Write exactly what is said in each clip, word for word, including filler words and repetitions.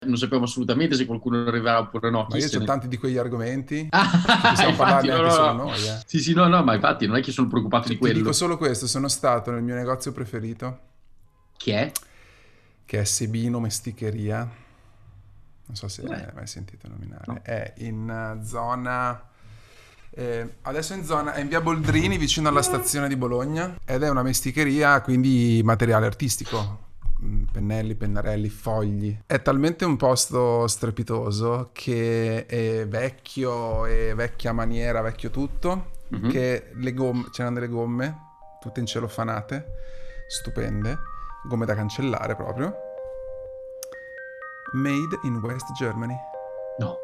Non sappiamo assolutamente se qualcuno arriverà oppure no. Ma Chi io se ho ne... tanti di quegli argomenti che Ah, possiamo infatti, parlarne no, anche no, solo no. noi, eh. Sì, sì, no, no, ma infatti non è che sono preoccupato di Cioè, ti dico quello. solo questo, sono stato nel mio negozio preferito, Chi è? che è Sebino Mesticheria, non so se Dov'è? hai mai sentito nominare, No. è in eh, zona... eh, adesso è in zona, è in via Boldrini, vicino alla stazione di Bologna, ed è una mesticheria, quindi materiale artistico, mm, pennelli, pennarelli, fogli. È talmente un posto strepitoso che è vecchio e vecchia maniera, vecchio tutto, Mhm. che le gomme, c'erano delle gomme, tutte in cellofanate, stupende, gomme da cancellare proprio. Made in West Germany. No.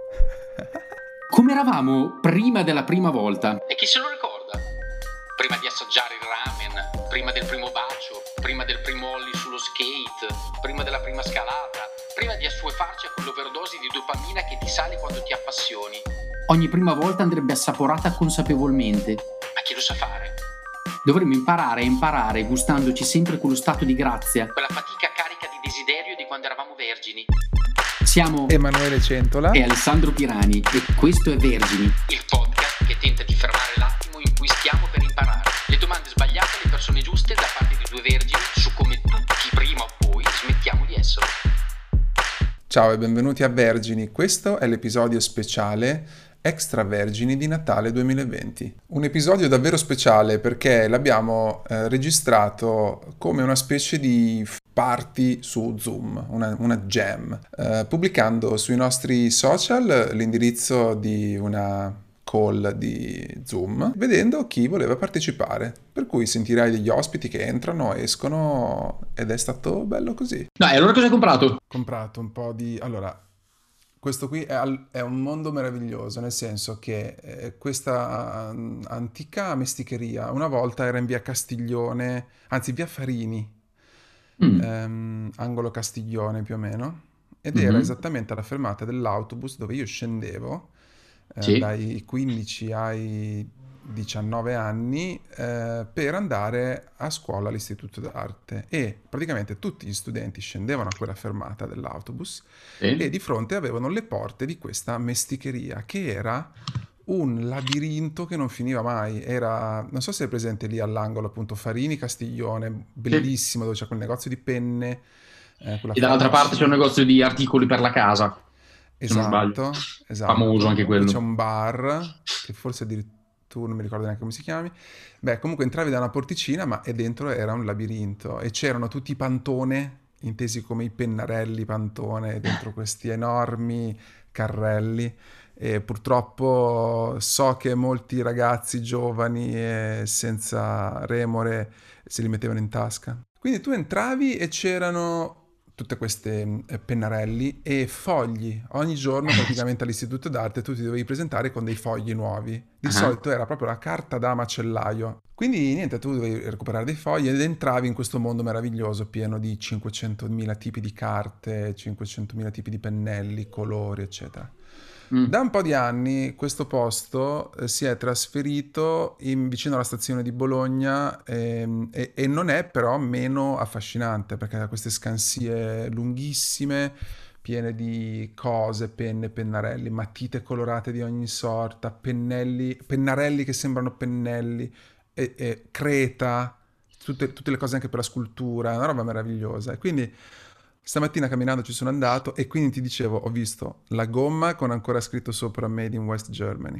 Come eravamo prima della prima volta? E chi se lo ricorda? Prima di assaggiare il ramen, prima del primo bacio, prima del primo ollie sullo skate, prima della prima scalata, prima di assuefarci a quell'overdose di dopamina che ti sale quando ti appassioni. Ogni prima volta andrebbe assaporata consapevolmente. Ma chi lo sa fare? Dovremmo imparare a imparare gustandoci sempre quello stato di grazia, quella fatica carica di desiderio di quando eravamo vergini. Siamo Emanuele Centola e Alessandro Pirani e questo è Vergini, il podcast che tenta di fermare l'attimo in cui stiamo per imparare. Le domande sbagliate alle persone giuste da parte di due vergini su come tutti prima o poi smettiamo di esserlo. Ciao e benvenuti a Vergini, questo è l'episodio speciale Extra Vergini di Natale duemilaventi. Un episodio davvero speciale perché l'abbiamo eh, registrato come una specie di party su Zoom, una, una jam, eh, pubblicando sui nostri social l'indirizzo di una call di Zoom, vedendo chi voleva partecipare. Per cui sentirai degli ospiti che entrano, escono ed è stato bello così. No, e allora cosa hai comprato? Ho comprato un po' di... Allora, questo qui è, al- è un mondo meraviglioso, nel senso che eh, questa mm, antica mesticheria una volta era in via Castiglione, anzi via Farini, Mm. ehm, angolo Castiglione più o meno, ed era Mhm. esattamente alla fermata dell'autobus dove io scendevo eh, Sì. dai quindici ai diciannove anni eh, per andare a scuola all'Istituto d'Arte e praticamente tutti gli studenti scendevano a quella fermata dell'autobus e Sì. di fronte avevano le porte di questa mesticheria che era un labirinto che non finiva mai. Era, non so se è presente lì all'angolo, appunto, Farini Castiglione, Sì. bellissimo, dove c'è quel negozio di penne, eh, quella E dall'altra parte c'è un farmacia. negozio di articoli per la casa, se non sbaglio. Esatto, Famoso esatto. anche Poi c'è quello. un bar, che forse addirittura non mi ricordo neanche come si chiami. Beh, comunque entravi da una porticina, ma e dentro era un labirinto e c'erano tutti i pantone, intesi come i pennarelli pantone, dentro questi enormi carrelli. E purtroppo so che molti ragazzi giovani e senza remore se li mettevano in tasca. Quindi tu entravi e c'erano tutte queste eh, pennarelli e fogli. Ogni giorno praticamente all'Istituto d'Arte tu ti dovevi presentare con dei fogli nuovi. Di Ah. solito era proprio la carta da macellaio. Quindi niente, tu dovevi recuperare dei fogli ed entravi in questo mondo meraviglioso pieno di cinquecentomila tipi di carte, cinquecentomila tipi di pennelli, colori, eccetera. Mm. Da un po' di anni questo posto eh, si è trasferito in- vicino alla stazione di Bologna ehm, e, e non è però meno affascinante perché ha queste scansie lunghissime, piene di cose, penne, pennarelli, matite colorate di ogni sorta, pennelli, pennarelli che sembrano pennelli, e, e creta, tutte, tutte le cose anche per la scultura, è una roba meravigliosa. E quindi stamattina camminando ci sono andato e quindi ti dicevo, ho visto la gomma con ancora scritto sopra Made in West Germany.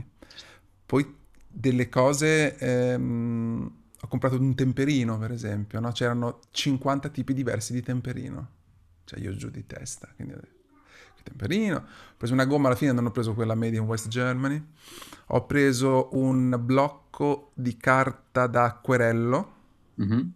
Poi delle cose, ehm, ho comprato un temperino per esempio, no? C'erano cinquanta tipi diversi di temperino. Cioè io giù di testa, quindi ho detto, temperino. Ho preso una gomma, alla fine non ho preso quella Made in West Germany. Ho preso un blocco di carta da acquerello, Mhm.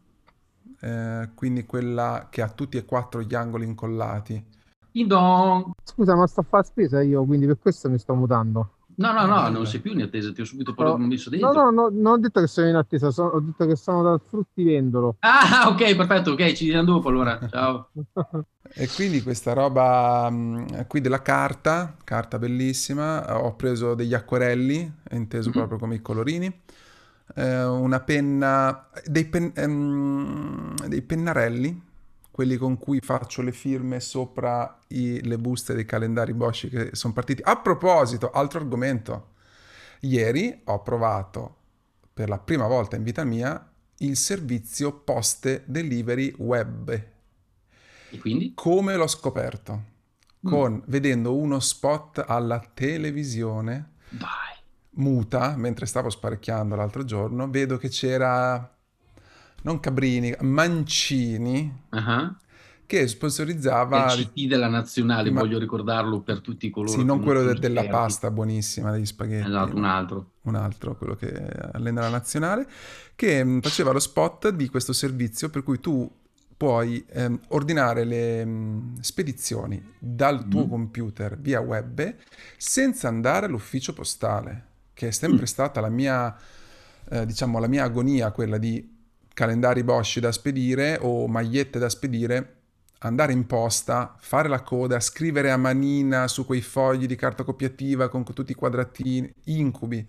eh, quindi quella che ha tutti e quattro gli angoli incollati. Ding dong. Scusa, ma sto a fare spesa io, quindi per questo mi sto mutando. No, no, Ah, no, non bello. sei più in attesa, ti ho subito poi Sto- messo No, dentro. no, no, non ho detto che sono in attesa, sono- ho detto che sono dal fruttivendolo. Ah, ok, perfetto, ok, ci vediamo dopo allora. Ciao. E quindi questa roba mh, qui della carta, carta bellissima, ho preso degli acquerelli, inteso Mhm. proprio come i colorini, eh, una penna, dei, pen- ehm, dei pennarelli quelli con cui faccio le firme sopra i- le buste dei calendari Bosch che sono partiti. A proposito, altro argomento. Ieri ho provato per la prima volta in vita mia il servizio poste delivery web. E quindi? Come l'ho scoperto? Mm. Con, vedendo uno spot alla televisione Vai. muta, mentre stavo sparecchiando l'altro giorno, vedo che c'era, non Cabrini, Mancini, Ah. che È il sponsorizzava, C T della nazionale, ma- voglio ricordarlo per tutti sì, coloro che non non quello sono de- della esperti. pasta buonissima, degli spaghetti, Esatto, un no? altro. Un altro, quello che allena la nazionale, che mh, faceva lo spot di questo servizio per cui tu puoi ehm, ordinare le mh, spedizioni dal tuo Mm. computer via web senza andare all'ufficio postale, che è sempre Mm. stata la mia, eh, diciamo, la mia agonia, quella di calendari Bosch da spedire o magliette da spedire, andare in posta, fare la coda, scrivere a manina su quei fogli di carta copiativa con tutti i quadratini, incubi.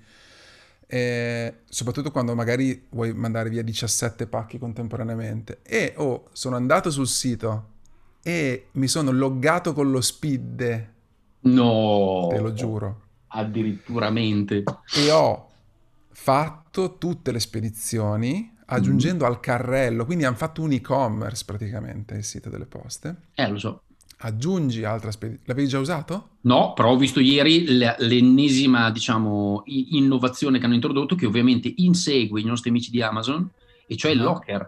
Eh, soprattutto quando magari vuoi mandare via diciassette pacchi contemporaneamente. E oh, sono andato sul sito e mi sono loggato con lo SPID, te lo No, giuro, addirittura mente. e ho fatto tutte le spedizioni Mm. aggiungendo al carrello, quindi hanno fatto un e-commerce praticamente il sito delle poste. Eh, lo so. Aggiungi altra spedizione. L'avevi già usato? No, però ho visto ieri le- l'ennesima, diciamo, i- innovazione che hanno introdotto, che ovviamente insegue i nostri amici di Amazon, e cioè il Ah. locker.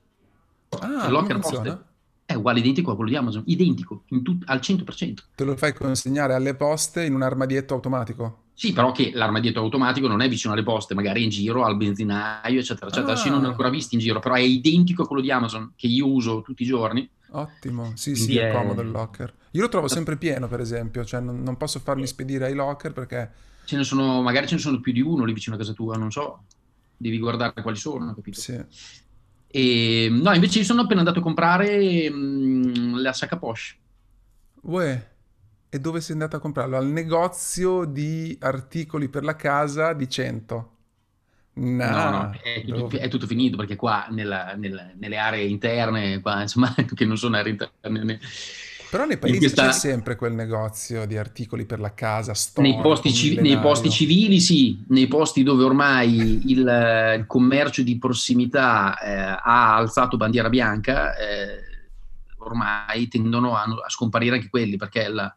Ah, Il come locker funziona? poste. È uguale identico a quello di Amazon, identico, in tut- al cento per cento. Te lo fai consegnare alle poste in un armadietto automatico? Sì, però che l'armadietto automatico non è vicino alle poste, magari è in giro, al benzinaio, eccetera, eccetera. Adesso io non ne ho Ah, ancora visti in giro, però è identico a quello di Amazon, che io uso tutti i giorni. ottimo. Sì, sì, Quindi è è... comodo il locker. Io lo trovo sempre pieno, per esempio, cioè non, non posso farmi spedire ai locker perché... Ce ne sono, magari ce ne sono più di uno lì vicino a casa tua, non so. Devi guardare quali sono, capito? Sì. E, no, invece io sono appena andato a comprare mh, la sacca Porsche. Uè, e dove sei andato a comprarlo? Al negozio di articoli per la casa di cento. No, no, Nah, è tutto, dove? è tutto finito perché qua nella- nella- nelle aree interne, qua, insomma, che non sono aree interne, ne- Però nei in paesi c'è questa, sempre quel negozio di articoli per la casa nei posti, storico, ci- nei posti millenario. civili sì, nei posti dove ormai il, eh, il commercio di prossimità eh, ha alzato bandiera bianca, eh, ormai tendono a, a scomparire anche quelli, perché la,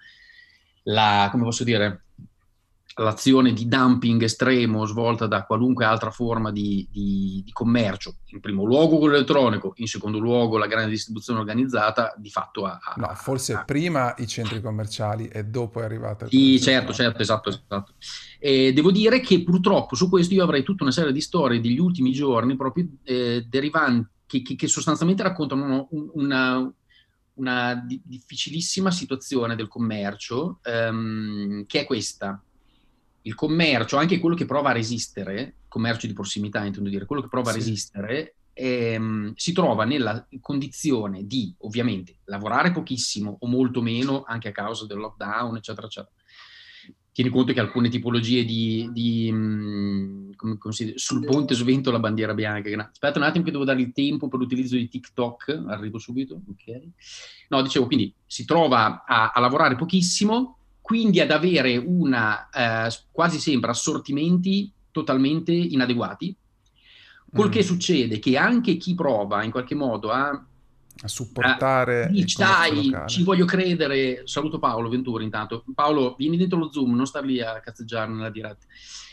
la- come posso dire, l'azione di dumping estremo svolta da qualunque altra forma di, di- di commercio, in primo luogo quello elettronico, in secondo luogo la grande distribuzione organizzata, di fatto ha... ha- No, forse ha- prima i centri commerciali e dopo è arrivato il sì, commercio certo, elettronico. certo, esatto, esatto. E devo dire che purtroppo su questo io avrei tutta una serie di storie degli ultimi giorni, proprio eh, derivanti, che, che- che sostanzialmente raccontano un- una, una di- difficilissima situazione del commercio, ehm, che è questa. Il commercio, anche quello che prova a resistere, commercio di prossimità intendo dire, quello che prova a Sì. resistere, ehm, si trova nella condizione di, ovviamente, lavorare pochissimo o molto meno, anche a causa del lockdown, eccetera, eccetera. Tieni conto che alcune tipologie di, di mh, come, come si dice, sul ponte svento la bandiera bianca. Aspetta un attimo che devo dare il tempo per l'utilizzo di TikTok, arrivo subito, ok. No, dicevo, quindi si trova a, a lavorare pochissimo, quindi ad avere una, eh, quasi sempre assortimenti totalmente inadeguati, col Mm. che succede che anche chi prova in qualche modo a, A supportare a il dici, commercio dai, locale. ci voglio credere, saluto Paolo Venturi intanto. Paolo, vieni dentro lo Zoom, non star lì a cazzeggiare nella diretta.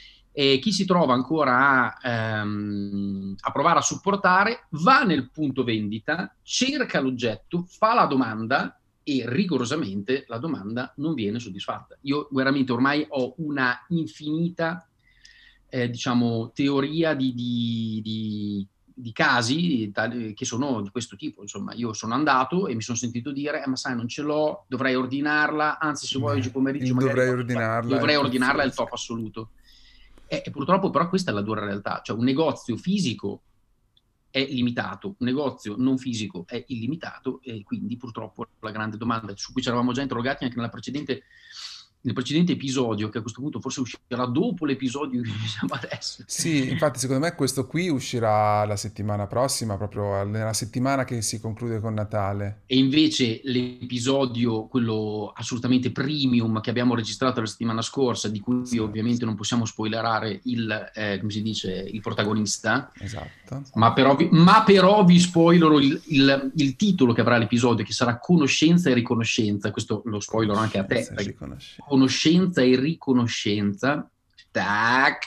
E chi si trova ancora a, ehm, a provare a supportare va nel punto vendita, cerca l'oggetto, fa la domanda e rigorosamente la domanda non viene soddisfatta. Io veramente ormai ho una infinita eh, diciamo teoria di, di, di, di casi tali, che sono di questo tipo. Insomma, io sono andato e mi sono sentito dire eh, ma sai, non ce l'ho, dovrei ordinarla, anzi se vuoi oggi pomeriggio Il magari dovrei posso fare- ordinarla dovrei è ordinarla è il pazzesco. top assoluto. E, e purtroppo però questa è la dura realtà, cioè un negozio fisico è limitato, un negozio non fisico è illimitato e quindi purtroppo la grande domanda su cui ci eravamo già interrogati anche nella precedente nel precedente episodio, che a questo punto forse uscirà dopo l'episodio che siamo adesso. Sì, infatti secondo me questo qui uscirà la settimana prossima, proprio nella settimana che si conclude con Natale. E invece l'episodio, quello assolutamente premium che abbiamo registrato la settimana scorsa, di cui Sì. ovviamente non possiamo spoilerare il, eh, come si dice, il protagonista, Esatto. ma però vi, ma però vi spoilerò il, il, il titolo che avrà l'episodio, che sarà Conoscenza e Riconoscenza. Questo lo spoilerò anche a te. Senza riconoscenza. Conoscenza e riconoscenza. Tac.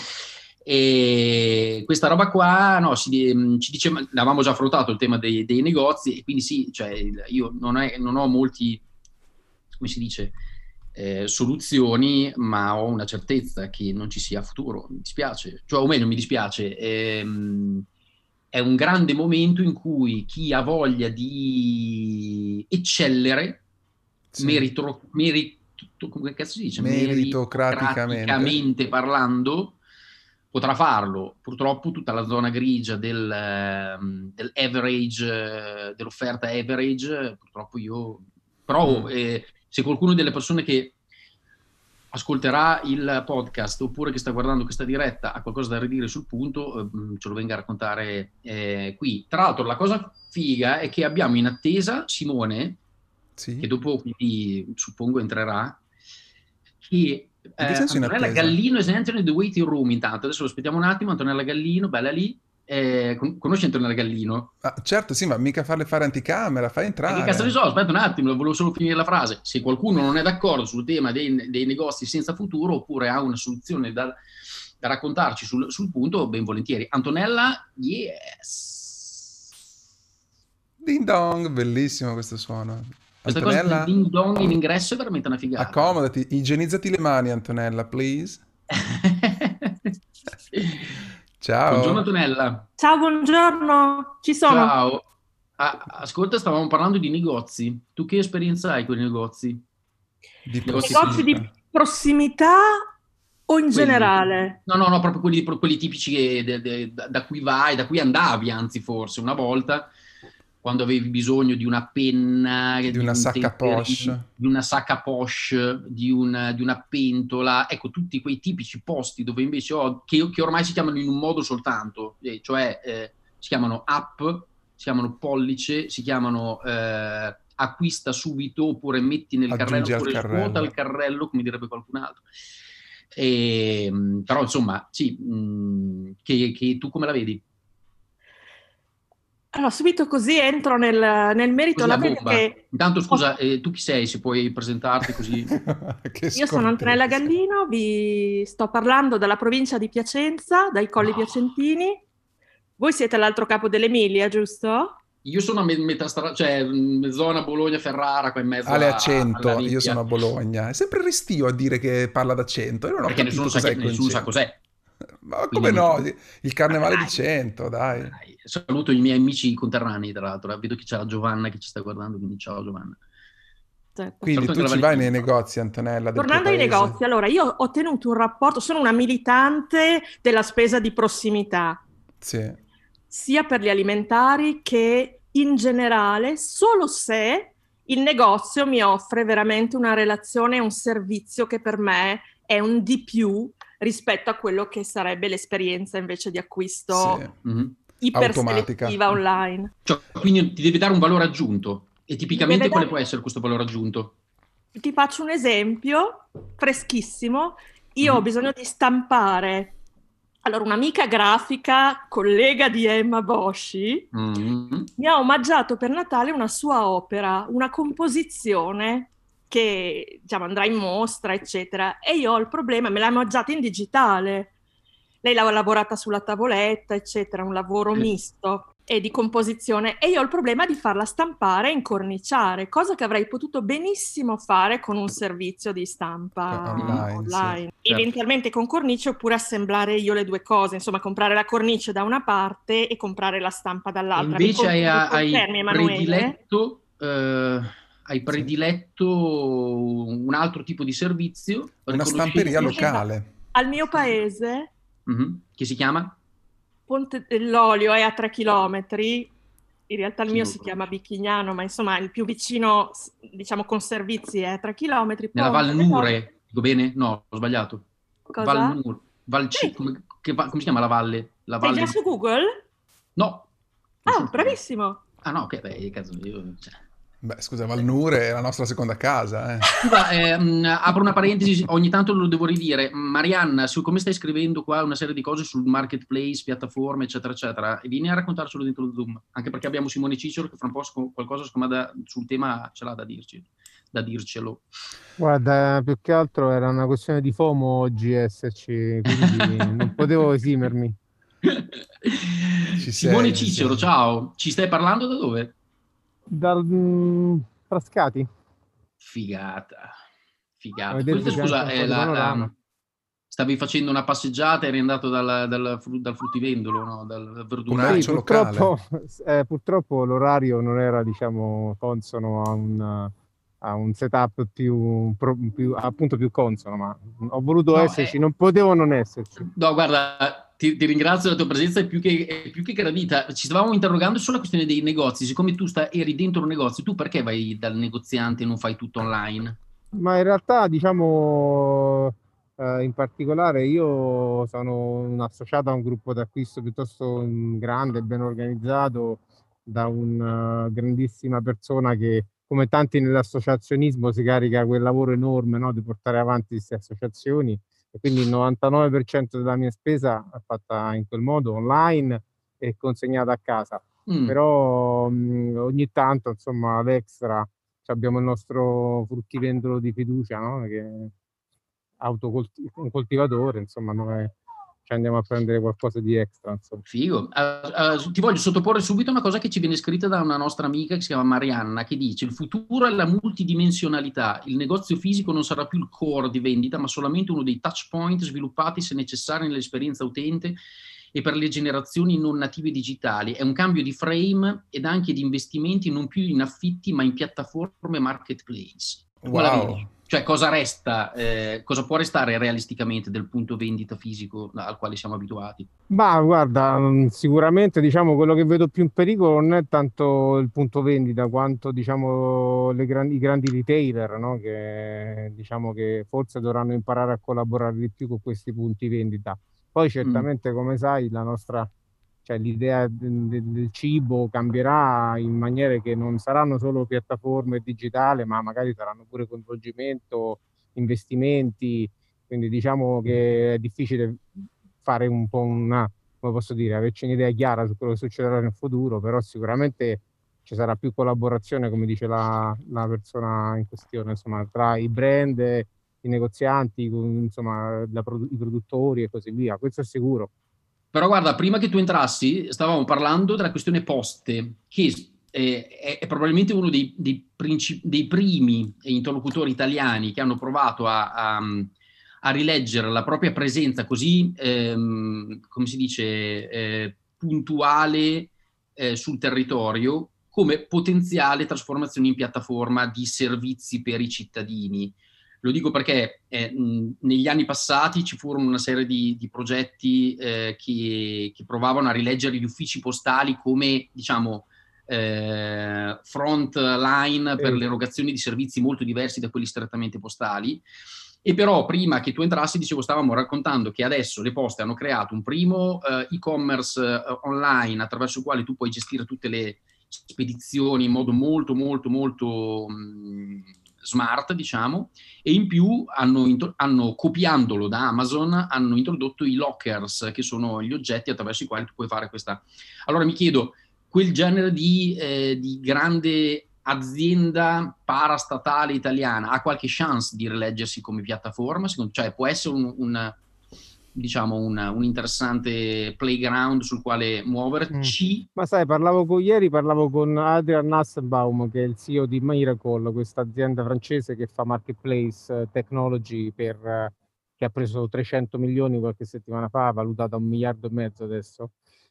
E questa roba qua, no, si, ci dice, l'avevamo già affrontato il tema dei, dei negozi, e quindi sì, cioè, io non, è, non ho molti, come si dice, eh, soluzioni, ma ho una certezza che non ci sia futuro. Mi dispiace, cioè, o meglio, mi dispiace. Ehm, è un grande momento in cui chi ha voglia di eccellere, Sì. merito, merito, come cazzo si dice? Meritocraticamente. Meritocraticamente parlando, potrà farlo. Purtroppo tutta la zona grigia del, ehm, del average, dell'offerta average, purtroppo io... Però Mm. eh, se qualcuno delle persone che ascolterà il podcast oppure che sta guardando questa diretta ha qualcosa da ridire sul punto, eh, ce lo venga a raccontare eh, qui. Tra l'altro la cosa figa è che abbiamo in attesa Simone, Sì. che dopo quindi suppongo entrerà, che In che eh, senso in Antonella attesa? Gallino is entering the waiting room. Intanto adesso lo aspettiamo un attimo. Antonella Gallino, bella lì. Eh, con- conosci Antonella Gallino? Ah, certo, sì, ma mica farle fare anticamera, fai Ma che cazzo ne entrare. so, aspetta un attimo, volevo solo finire la frase. Se qualcuno non è d'accordo sul tema dei, dei negozi senza futuro, oppure ha una soluzione da, da raccontarci sul, sul punto, ben volentieri. Antonella, yes! Ding dong, bellissimo questo suono. Questa cosa del Antonella, ding dong in ingresso è veramente una figata. accomodati, igienizzati le mani, Antonella, please. Ciao. Buongiorno Antonella. Ciao, buongiorno, ci sono. Ciao. Ah, ascolta, stavamo parlando di negozi. Tu che esperienza hai con i negozi? Di Negozi Negozi di prossimità. prossimità o in Quelli- generale? No, no, no, proprio quelli, quelli tipici che, de- de- da, da cui vai, da cui andavi, anzi forse una volta, quando avevi bisogno di una penna, Di una un sacca temperino, poche. di una sacca poche, di una, di una pentola, ecco, tutti quei tipici posti dove invece ho, che, che ormai si chiamano in un modo soltanto, eh, cioè eh, si chiamano app, si chiamano pollice, si chiamano eh, acquista subito, oppure metti nel Aggiungi carrello, al oppure carrello. svuota il carrello, come direbbe qualcun altro. E, mh, però insomma, sì, mh, che, che tu come la vedi? Allora, subito così entro nel, nel merito. Così La a vedo bomba. che Intanto scusa, eh, tu chi sei? Se puoi presentarti così. Che io sono Antonella scortese. Gallino, vi sto parlando dalla provincia di Piacenza, dai Colli Oh. Piacentini. Voi siete all'altro capo dell'Emilia, giusto? Io sono a me- metà strada, cioè mh, zona Bologna-Ferrara, qua in mezzo Ale a- accento, alla io nebbia. sono a Bologna. È sempre restio a dire che parla d'accento. Io non ho Perché capito nessuno sa, cos'è che- il nessuno sa concetto. cos'è. Ma Quindi come no? non- Il carnevale Ma di dai. Cento, dai. Dai, saluto i miei amici conterranei, tra l'altro. Vedo che c'è la Giovanna che ci sta guardando, quindi ciao Giovanna. Certo. Quindi Saluto tu anche ci la vai nei Valentina. negozi, Antonella, del Tornando tuo ai paese? negozi, allora io ho tenuto un rapporto, sono una militante della spesa di prossimità, Sì. sia per gli alimentari che in generale, solo se il negozio mi offre veramente una relazione e un servizio che per me è un di più rispetto a quello che sarebbe l'esperienza invece di acquisto Sì. Mhm. Automatica. iperselettiva online. Cioè, quindi ti deve dare un valore aggiunto. E tipicamente deve quale dare- può essere questo valore aggiunto? Ti faccio un esempio freschissimo. Io Mhm. ho bisogno di stampare. Allora, un'amica grafica, collega di Emma Boschi, Mhm. mi ha omaggiato per Natale una sua opera, una composizione che diciamo, andrà in mostra, eccetera. E io ho il problema, me l'ha omaggiata in digitale. Lei l'ha lavorata sulla tavoletta, eccetera, un lavoro Sì. misto e di composizione. E io ho il problema di farla stampare e incorniciare, cosa che avrei potuto benissimo fare con un servizio di stampa Eh, online, online. sì. Eventualmente con cornice, oppure assemblare io le due cose, insomma, comprare la cornice da una parte e comprare la stampa E dall'altra. invece Mi hai, con- hai confermi, Emanuele? prediletto, eh, hai prediletto un altro tipo di servizio, Una riconoscibile- stamperia Esatto. locale. Al mio paese, Mhm. Che si chiama? Ponte dell'Olio è a tre chilometri, in realtà il Sì, mio lo si conosco. chiama Bichignano, ma insomma il più vicino, s- diciamo con servizi, è a tre chilometri. Nella Ponte Val dell'Olio. Nure. Dico bene? No, ho sbagliato. Cosa? Valnur, Valci, Sì. come, che va- come si chiama la valle? La Sei valle già di- su Google? No. Non Ah, sono su- bravissimo. Ah no, ok, beh, cazzo, io... cioè. Beh, scusa, Valnure è la nostra seconda casa, eh. Scusa, eh, mh, apro una parentesi, ogni tanto lo devo ridire. Marianna, su come stai scrivendo qua una serie di cose sul marketplace, piattaforme, eccetera, eccetera, e vieni a raccontarcelo dentro lo Zoom, anche perché abbiamo Simone Cicero che fra un po' sc- qualcosa secondo me da- sul tema ce l'ha da dirci, da dircelo. Guarda, più che altro era una questione di FOMO oggi esserci, quindi non potevo esimermi. Ci Simone sei, ci Cicero, sei. ciao, ci stai parlando da dove? Dal mm, Frascati, Figata, come figata. Questa, vedervi anche scusa, un è po' di la, panorama. la- stavi facendo una passeggiata, eri andato dal, dal, fru- dal fruttivendolo, no? Dal Sì, verduraio. Commercio locale. purtroppo, eh, purtroppo l'orario non era, diciamo, consono a un, a un setup più, pro- più- appunto più consono, ma ho voluto No, esserci, eh, non potevo non esserci. no, guarda, ti, ti ringrazio della tua presenza, è più che, è più che gradita. Ci stavamo interrogando sulla questione dei negozi, siccome tu sta, eri dentro un negozio, tu perché vai dal negoziante e non fai tutto online? Ma in realtà, diciamo, eh, in particolare io sono un associato a un gruppo d'acquisto piuttosto mm, grande, ben organizzato, da una grandissima persona che, come tanti nell'associazionismo, si carica quel lavoro enorme, no, di portare avanti queste associazioni. E quindi il novantanove per cento della mia spesa è fatta in quel modo, online e consegnata a casa. Mm. Però mh, ogni tanto, insomma, l'extra abbiamo il nostro fruttivendolo di fiducia, no? Che è autocolti- un coltivatore, insomma, noi ci andiamo a prendere qualcosa di extra, insomma. Figo. Uh, uh, ti voglio sottoporre subito una cosa che ci viene scritta da una nostra amica che si chiama Marianna, che dice: il futuro è la multidimensionalità, il negozio fisico non sarà più il core di vendita, ma solamente uno dei touch point sviluppati se necessari nell'esperienza utente e per le generazioni non native digitali. È un cambio di frame ed anche di investimenti non più in affitti, ma in piattaforme marketplace. Come la vedi? Wow. Cioè, cosa resta, eh, cosa può restare realisticamente del punto vendita fisico al quale siamo abituati? Ma guarda, mh, sicuramente diciamo quello che vedo più in pericolo non è tanto il punto vendita quanto diciamo le grandi, i grandi retailer, no? Che diciamo che forse dovranno imparare a collaborare di più con questi punti vendita. Poi Mm. certamente, come sai, la nostra, cioè l'idea del, del- del cibo cambierà in maniere che non saranno solo piattaforme digitali, ma magari saranno pure coinvolgimento, investimenti. Quindi diciamo che è difficile fare un po' una, come posso dire, averci un'idea chiara su quello che succederà nel futuro, però sicuramente ci sarà più collaborazione, come dice la, la persona in questione, insomma, tra i brand, i negozianti, con- insomma, la produ- i produttori e così via. Questo è sicuro. Però guarda, prima che tu entrassi, stavamo parlando della questione poste, che eh, è, è probabilmente uno dei, dei, princip- dei primi interlocutori italiani che hanno provato a, a, a rileggere la propria presenza così, ehm, come si dice, eh, puntuale eh, sul territorio come potenziale trasformazione in piattaforma di servizi per i cittadini. Lo dico perché eh, mh, negli anni passati ci furono una serie di, di progetti eh, che, che provavano a rileggere gli uffici postali come, diciamo, eh, front line per Sì. l'erogazione di servizi molto diversi da quelli strettamente postali. E però prima che tu entrassi, dicevo, stavamo raccontando che adesso le poste hanno creato un primo eh, e-commerce eh, online attraverso il quale tu puoi gestire tutte le spedizioni in modo molto, molto, molto mh, smart, diciamo, e in più hanno, intro- hanno, copiandolo da Amazon, hanno introdotto i lockers, che sono gli oggetti attraverso i quali tu puoi fare questa. Allora mi chiedo, quel genere di, eh, di grande azienda parastatale italiana ha qualche chance di rileggersi come piattaforma? Secondo, cioè può essere un, un diciamo un, un interessante playground sul quale Mm. muoverci? Ma sai, parlavo con, ieri parlavo con Adrian Nassenbaum, che è il C E O di Miracle, questa azienda francese che fa marketplace eh, technology per, eh, che ha preso trecento milioni qualche settimana fa, valutata un miliardo e mezzo adesso.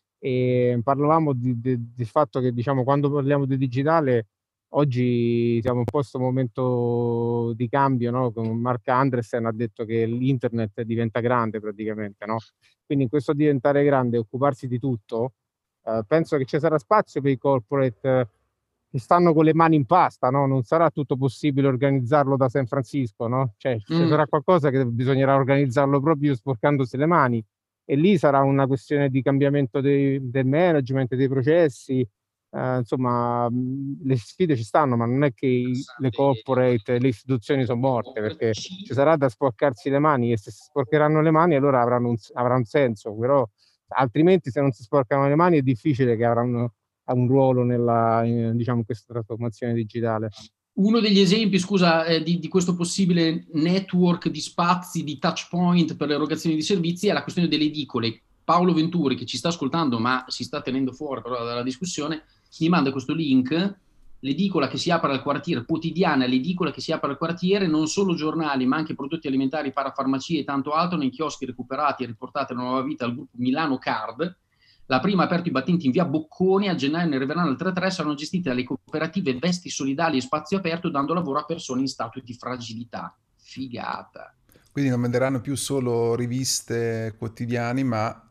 E parlavamo di- di- del fatto che, diciamo, quando parliamo di digitale, oggi siamo in questo momento di cambio, no? Con Mark Andreessen ha detto che l'internet diventa grande praticamente, no? Quindi in questo diventare grande, occuparsi di tutto, eh, penso che ci sarà spazio per i corporate eh, che stanno con le mani in pasta, no? Non sarà tutto possibile organizzarlo da San Francisco, no? Cioè, ci Mm. sarà qualcosa che bisognerà organizzarlo proprio sporcandosi le mani, e lì sarà una questione di cambiamento dei- del management, dei processi. Eh, insomma, mh, le sfide ci stanno, ma non è che i- le corporate, le istituzioni sono morte, perché ci sarà da sporcarsi le mani, e se si sporcheranno le mani allora avranno un, avrà un senso, però altrimenti se non si sporcano le mani è difficile che avranno ha un ruolo nella, in, diciamo, questa trasformazione digitale. Uno degli esempi, scusa, eh, di, di questo possibile network di spazi, di touch point per l'erogazione di servizi è la questione delle edicole. Paolo Venturi, che ci sta ascoltando ma si sta tenendo fuori però dalla discussione, mi manda questo link, l'edicola che si apre al quartiere, quotidiana l'edicola che si apre al quartiere, non solo giornali ma anche prodotti alimentari, parafarmacie e tanto altro nei chioschi recuperati e riportati a nuova vita al gruppo Milano Card. La prima ha aperto i battenti in via Bocconi, a gennaio ne arriveranno al tre tre, saranno gestite dalle cooperative Vesti Solidali e Spazio Aperto, dando lavoro a persone in stato di fragilità. Figata. Quindi non venderanno più solo riviste quotidiani, ma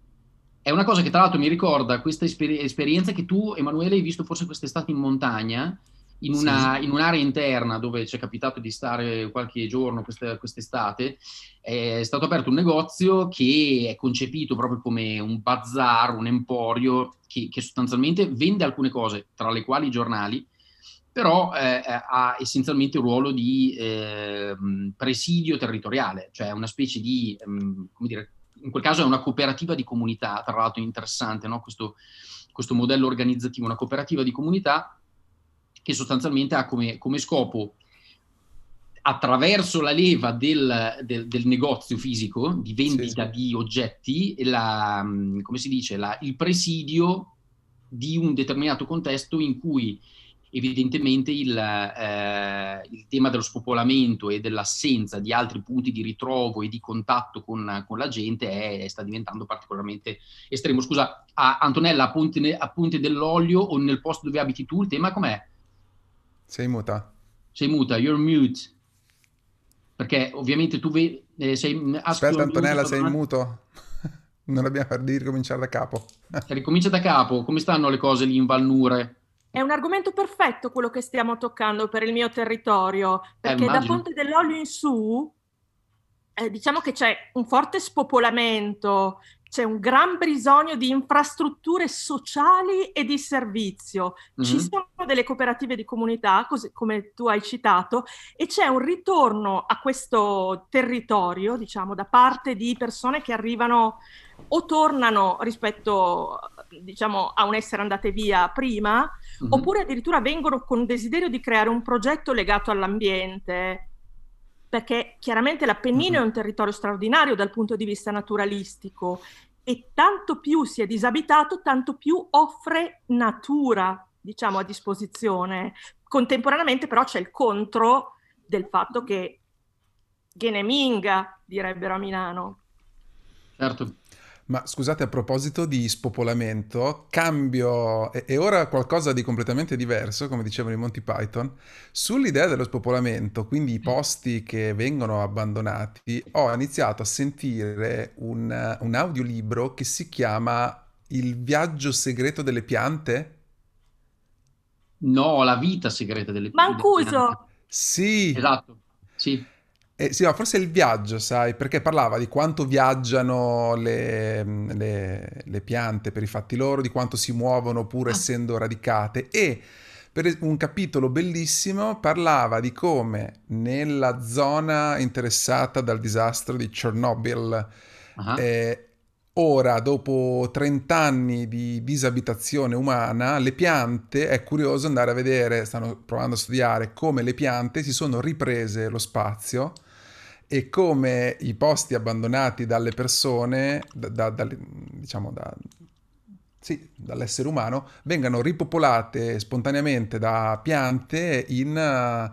È una cosa che tra l'altro mi ricorda questa esper- esperienza che tu, Emanuele, hai visto forse quest'estate in montagna, in, una, in un'area interna dove ci è capitato di stare qualche giorno questa, quest'estate. È stato aperto un negozio che è concepito proprio come un bazar, un emporio, che, che sostanzialmente vende alcune cose, tra le quali i giornali, però eh, ha essenzialmente un ruolo di eh, presidio territoriale, cioè una specie di, ehm, come dire, in quel caso è una cooperativa di comunità, tra l'altro interessante, no? questo, questo modello organizzativo, una cooperativa di comunità che sostanzialmente ha come, come scopo, attraverso la leva del, del, del negozio fisico, di vendita sì. di oggetti, la, come si dice, la, il presidio di un determinato contesto in cui evidentemente il, eh, il tema dello spopolamento e dell'assenza di altri punti di ritrovo e di contatto con, con la gente è, sta diventando particolarmente estremo. Scusa, a Antonella, a Ponte, a Ponte dell'Olio o nel posto dove abiti tu, il tema com'è? Sei muta. Sei muta, you're mute. Perché ovviamente tu vedi... Eh, sei, Aspetta Antonella, mute, sei in muto? Non abbiamo per dire ricominciare da capo. Ricomincia da capo. Come stanno le cose lì in Valnure? È un argomento perfetto quello che stiamo toccando per il mio territorio, perché eh, da Ponte dell'Olio in su eh, diciamo che c'è un forte spopolamento, c'è un gran bisogno di infrastrutture sociali e di servizio. Mm-hmm. Ci sono delle cooperative di comunità, così come tu hai citato, e c'è un ritorno a questo territorio, diciamo, da parte di persone che arrivano o tornano rispetto, diciamo, a un essere andate via prima, mm-hmm. oppure addirittura vengono con desiderio di creare un progetto legato all'ambiente, perché chiaramente l'Appennino mm-hmm. è un territorio straordinario dal punto di vista naturalistico, e tanto più si è disabitato, tanto più offre natura, diciamo, a disposizione. Contemporaneamente però c'è il contro del fatto che Geneminga, direbbero a Milano. Certo. Ma scusate, a proposito di spopolamento, cambio, e, e ora qualcosa di completamente diverso, come dicevano i Monty Python, sull'idea dello spopolamento, quindi i posti che vengono abbandonati. Ho iniziato a sentire un, un audiolibro che si chiama Il viaggio segreto delle piante? No, la vita segreta delle, Mancuso. delle piante. Sì. Esatto, sì. Eh, sì, ma forse il viaggio, sai, perché parlava di quanto viaggiano le, le, le piante per i fatti loro, di quanto si muovono pur ah. essendo radicate, e per un capitolo bellissimo parlava di come nella zona interessata dal disastro di Chernobyl, uh-huh. eh, ora, dopo trenta anni di disabitazione umana, le piante, è curioso andare a vedere, stanno provando a studiare come le piante si sono riprese lo spazio e come i posti abbandonati dalle persone, da, da, da, diciamo da, sì, dall'essere umano, vengano ripopolate spontaneamente da piante in,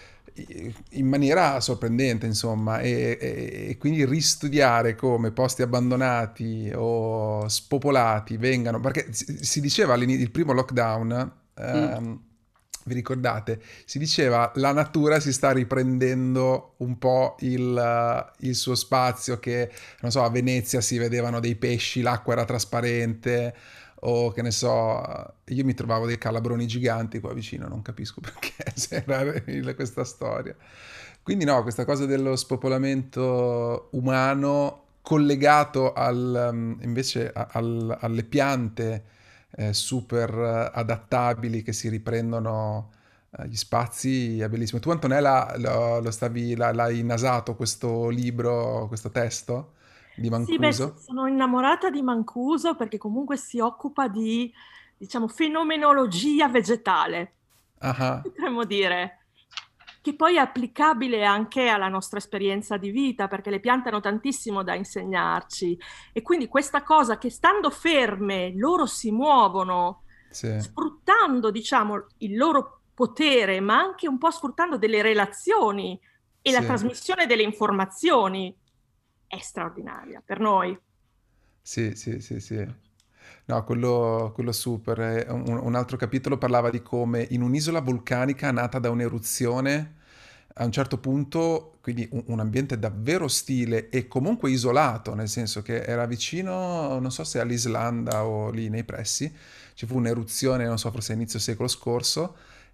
in maniera sorprendente, insomma, e, e, e quindi ristudiare come posti abbandonati o spopolati vengano, perché si, si diceva all'inizio, il primo lockdown, mm. ehm, vi ricordate? Si diceva la natura si sta riprendendo un po' il, il suo spazio, che non so, a Venezia si vedevano dei pesci, l'acqua era trasparente, o che ne so, io mi trovavo dei calabroni giganti qua vicino, non capisco perché, se era il- questa storia. Quindi no, questa cosa dello spopolamento umano collegato al, um, invece a- al- alle piante eh, super eh, adattabili che si riprendono eh, gli spazi è bellissimo. Tu Antonella lo, lo stavi, la- l'hai nasato questo libro, questo testo di Sì, beh, s- Mancuso? sono innamorata di Mancuso perché comunque si occupa di, diciamo, fenomenologia vegetale, Ah, ah, potremmo dire, che poi è applicabile anche alla nostra esperienza di vita, perché le piante hanno tantissimo da insegnarci. E quindi questa cosa che stando ferme loro si muovono, sì, sfruttando, diciamo, il loro potere, ma anche un po' sfruttando delle relazioni e la sì. trasmissione delle informazioni è straordinaria per noi. Sì, sì, sì, sì. No, quello, quello super. Eh, Un, un altro capitolo parlava di come in un'isola vulcanica nata da un'eruzione, a un certo punto, quindi un, un ambiente davvero ostile e comunque isolato, nel senso che era vicino, non so se all'Islanda o lì nei pressi, ci fu un'eruzione, non so, forse a inizio secolo scorso,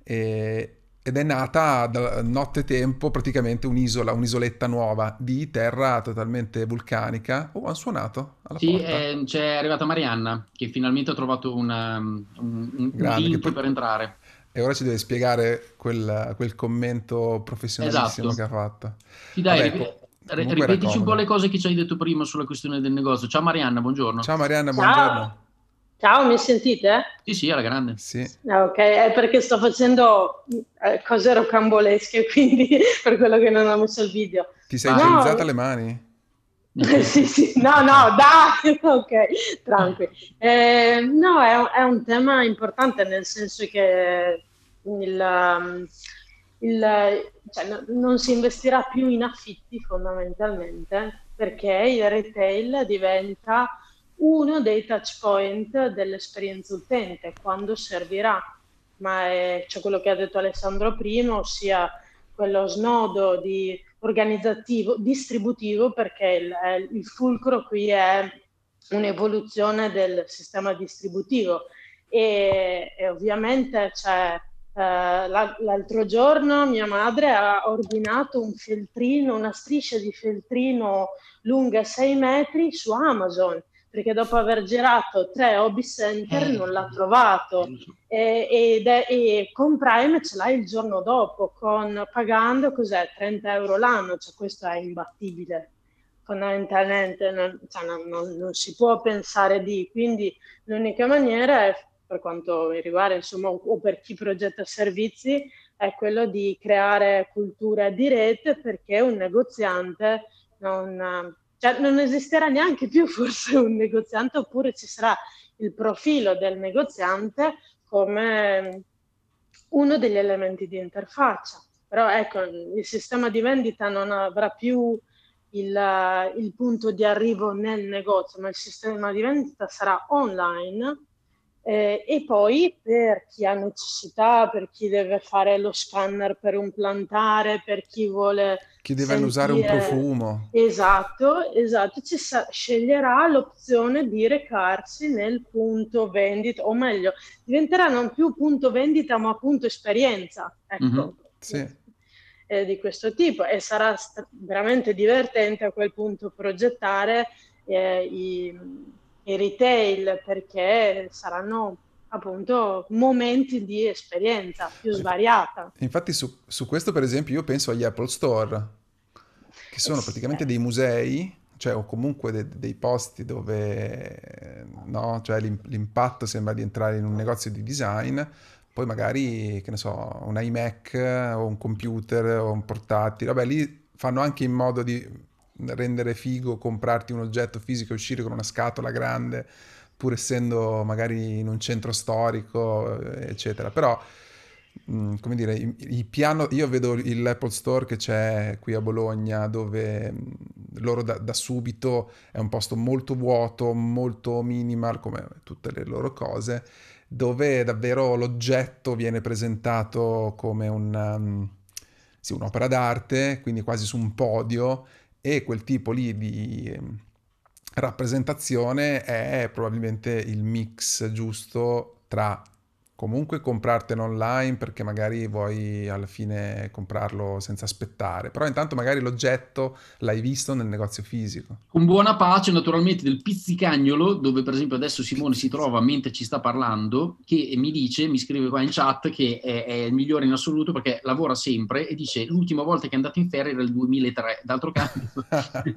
e- ed è nata da nottetempo praticamente un'isola, un'isoletta nuova di terra totalmente vulcanica. Oh, hanno suonato alla Sì, porta. eh, c'è arrivata Marianna, che finalmente ha trovato una- un, un- un Grande, che link poi... per entrare. E ora ci deve spiegare quel, quel commento professionalissimo che Esatto. ha fatto. Sì, dai, Vabbè, ri- co- ri- comunque era ripetici un po' le comodo. cose che ci hai detto prima sulla questione del negozio. Ciao Marianna, buongiorno. Ciao Marianna, Ciao, buongiorno. ciao, mi sentite? Sì, sì, alla grande. Sì, Ah, ok, è perché sto facendo eh, cose rocambolesche, quindi per quello che non ho messo il video. ti sei Vai. igienizzata No, le mani? sì, sì, no, Ok. no, dai, ok, tranqui. Eh, no, è, un è un tema importante nel senso che il, um, il- cioè, no- non si investirà più in affitti fondamentalmente perché il retail diventa uno dei touch point dell'esperienza utente quando servirà. Ma è cioè, quello che ha detto Alessandro prima, ossia quello snodo di organizzativo, distributivo, perché il, è- il fulcro qui è un'evoluzione del sistema distributivo e, e ovviamente c'è, eh, la- l'altro giorno mia madre ha ordinato un feltrino, una striscia di feltrino lunga sei metri su Amazon, perché dopo aver girato tre hobby center Eh, non l'ha trovato lo so. e, ed è- e con Prime ce l'hai il giorno dopo, con, pagando cos'è, trenta euro l'anno, cioè questo è imbattibile, fondamentalmente non, cioè, non- non- non si può pensare di, quindi l'unica maniera è, per quanto mi riguarda, insomma, o o per chi progetta servizi, è quello di creare cultura di rete perché un negoziante non, cioè, non esisterà neanche più forse un negoziante oppure ci sarà il profilo del negoziante come uno degli elementi di interfaccia. Però ecco, il sistema di vendita non avrà più il, il punto di arrivo nel negozio, ma il sistema di vendita sarà online. Eh, e poi per chi ha necessità, per chi deve fare lo scanner per un plantare, per chi vuole Chi deve usare un sentire, profumo? esatto, esatto, ci sa- sceglierà l'opzione di recarsi nel punto vendita, o meglio, diventerà non più punto vendita ma punto esperienza, Mhm. ecco, Sì. eh, di questo tipo, e sarà st- veramente divertente a quel punto progettare eh, i, i retail perché saranno appunto momenti di esperienza più svariata. Infatti su, su questo per esempio io penso agli Apple Store, che Eh sono sì, praticamente eh. dei musei, cioè o comunque de- dei posti dove eh, no, cioè l'im- l'impatto sembra di entrare in un negozio di design, poi magari, che ne so, un iMac o un computer o un portatile, vabbè lì fanno anche in modo di rendere figo comprarti un oggetto fisico e uscire con una scatola grande, pur essendo magari in un centro storico, eh, eccetera. Però, mh, come dire, i, i piano, io vedo l'Apple Store che c'è qui a Bologna, dove mh, loro da, da subito è un posto molto vuoto, molto minimal, come tutte le loro cose, dove davvero l'oggetto viene presentato come un, um, sì, un'opera d'arte, quindi quasi su un podio, e quel tipo lì di, rappresentazione è probabilmente il mix giusto tra comunque comprartene online perché magari vuoi alla fine comprarlo senza aspettare, però intanto magari l'oggetto l'hai visto nel negozio fisico. Con buona pace naturalmente del pizzicagnolo, dove per esempio adesso Simone si trova mentre ci sta parlando, che mi dice, mi scrive qua in chat che è, è il migliore in assoluto perché lavora sempre e dice l'ultima volta che è andato in ferie era il duemilatré, d'altro canto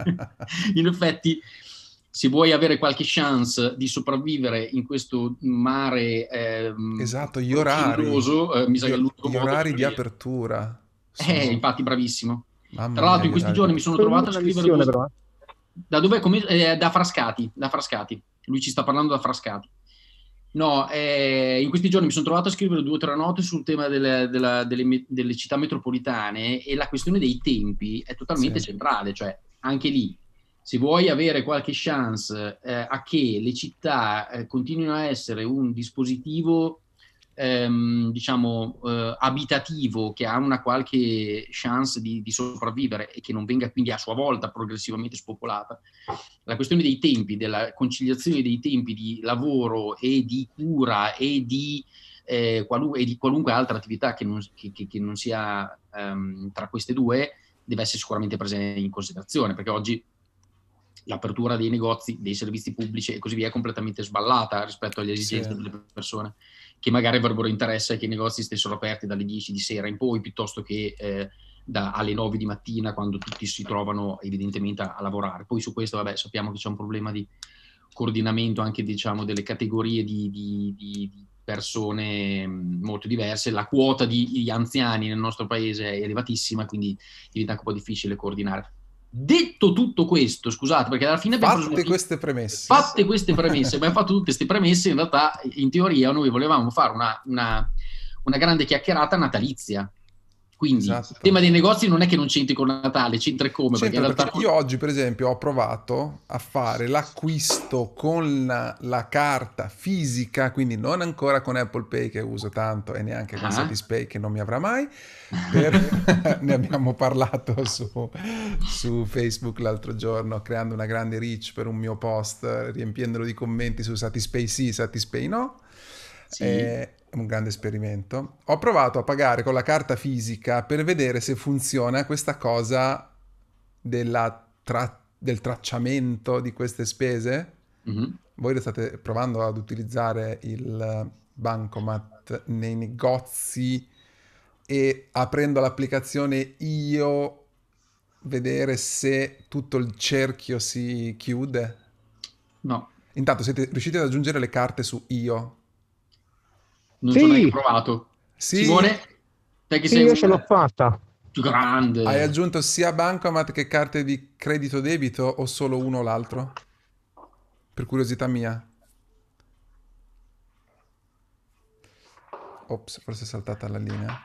in effetti se vuoi avere qualche chance di sopravvivere in questo mare ehm, esatto, gli orari, eh, mi sa gli, che l'unico gli modo orari per di lì. apertura sono... eh, infatti bravissimo. Mamma Tra l'altro mia, in questi gli giorni orari. mi sono trovato a Una scrivere missione, due... però. da dove come, eh, da Frascati, da Frascati. Lui ci sta parlando da Frascati. No, eh, in questi giorni mi sono trovato a scrivere due o tre note sul tema delle, della, delle, delle città metropolitane e la questione dei tempi è totalmente Sì. centrale, cioè anche lì se vuoi avere qualche chance eh, a che le città eh, continuino a essere un dispositivo ehm, diciamo eh, abitativo che ha una qualche chance di, di sopravvivere e che non venga quindi a sua volta progressivamente spopolata, la questione dei tempi, della conciliazione dei tempi di lavoro e di cura e di, eh, qualu- e di qualunque altra attività che non, che, che, che non sia ehm, tra queste due deve essere sicuramente presa in considerazione, perché oggi l'apertura dei negozi, dei servizi pubblici e così via è completamente sballata rispetto alle esigenze Sì. delle persone che magari avrebbero interesse che i negozi stessero aperti dalle dieci di sera in poi piuttosto che eh, da, alle nove di mattina quando tutti si trovano evidentemente a, a lavorare. Poi su questo vabbè, sappiamo che c'è un problema di coordinamento anche diciamo delle categorie di, di, di, di persone molto diverse, la quota di, di anziani nel nostro paese è elevatissima, quindi diventa anche un po' difficile coordinare. Detto tutto questo, scusate, perché alla fine abbiamo fatte preso queste premesse, fatte queste premesse, abbiamo fatto tutte queste premesse, in realtà in teoria noi volevamo fare una, una, una grande chiacchierata natalizia. Quindi esatto. il tema dei negozi non è che non c'entri con Natale, c'entra come? C'entra perché in realtà perché io oggi per esempio ho provato a fare l'acquisto con la, la carta fisica, quindi non ancora con Apple Pay che uso tanto e neanche con Ah. Satispay che non mi avrà mai, per... ne abbiamo parlato su, su Facebook l'altro giorno creando una grande reach per un mio post, riempiendolo di commenti su Satispay sì, Satispay no. Sì. È un grande esperimento. Ho provato a pagare con la carta fisica per vedere se funziona questa cosa della tra- del tracciamento di queste spese. Mm-hmm. Voi lo state provando ad utilizzare il bancomat nei negozi e aprendo l'applicazione io vedere se tutto il cerchio si chiude? No. Intanto siete riusciti ad aggiungere le carte su io? Non sì. ci ho neanche provato. Sì. Simone, te che Sì, sei io un... ce l'ho fatta. più grande. Hai aggiunto sia bancomat che carte di credito debito o solo uno o l'altro? Per curiosità mia. Ops, forse è saltata la linea.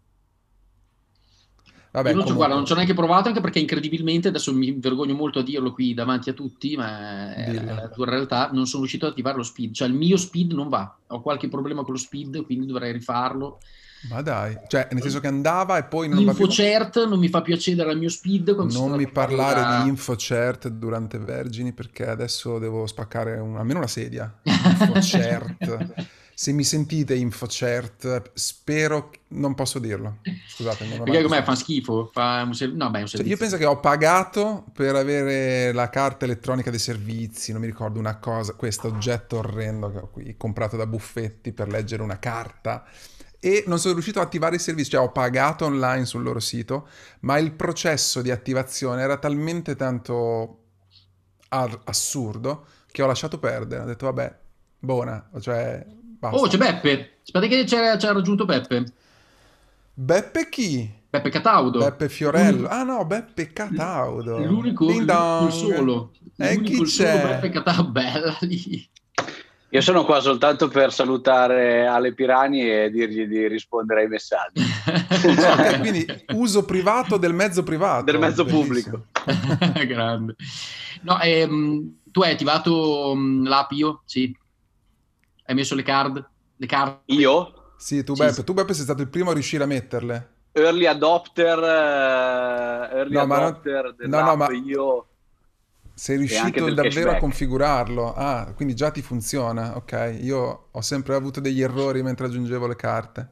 Vabbè, io non, comunque... guarda, non ci ho neanche provato, anche perché incredibilmente, adesso mi vergogno molto a dirlo qui davanti a tutti, ma Dillo. in realtà non sono riuscito ad attivare lo speed, cioè il mio speed non va, ho qualche problema con lo speed, quindi dovrei rifarlo. Ma dai, cioè nel senso che andava e poi non va più? InfoCert non mi fa più accedere al mio speed. Non mi parlare da... di InfoCert durante Vergini perché adesso devo spaccare un, almeno una sedia. InfoCert. Se mi sentite InfoCert, spero, non posso dirlo. Scusate, non ho perché mai com'è? Fa schifo? Fa un ser... no, beh, un cioè, io penso che ho pagato per avere la carta elettronica dei servizi, non mi ricordo una cosa, questo oggetto orrendo che ho qui comprato da Buffetti per leggere una carta e non sono riuscito ad attivare il servizio, cioè ho pagato online sul loro sito, ma il processo di attivazione era talmente tanto assurdo che ho lasciato perdere, ho detto vabbè, buona, cioè basta. Oh, c'è Beppe, aspetta che c'era, c'era raggiunto Beppe. Beppe chi? Beppe Cataudo. Beppe Fiorello. Ah no, Beppe Cataudo. L'unico, l'unico il solo. E l'unico chi il solo c'è? Beppe Cataudo, bella lì. Io sono qua soltanto per salutare Ale Pirani e dirgli di rispondere ai messaggi. Okay, quindi uso privato del mezzo privato. Del mezzo Bellissimo. pubblico. Grande. No, ehm, tu hai attivato um, l'app io? Sì. Hai messo le card? Le card? Io? Sì, tu Sì, Beppe, sì. tu Beppe sei stato il primo a riuscire a metterle. Early adopter, eh, early No, ma non- adopter no, dell'app no, ma- io... Sei E anche riuscito del davvero a cashback. configurarlo? Ah, quindi già ti funziona, ok. Io ho sempre avuto degli errori mentre aggiungevo le carte.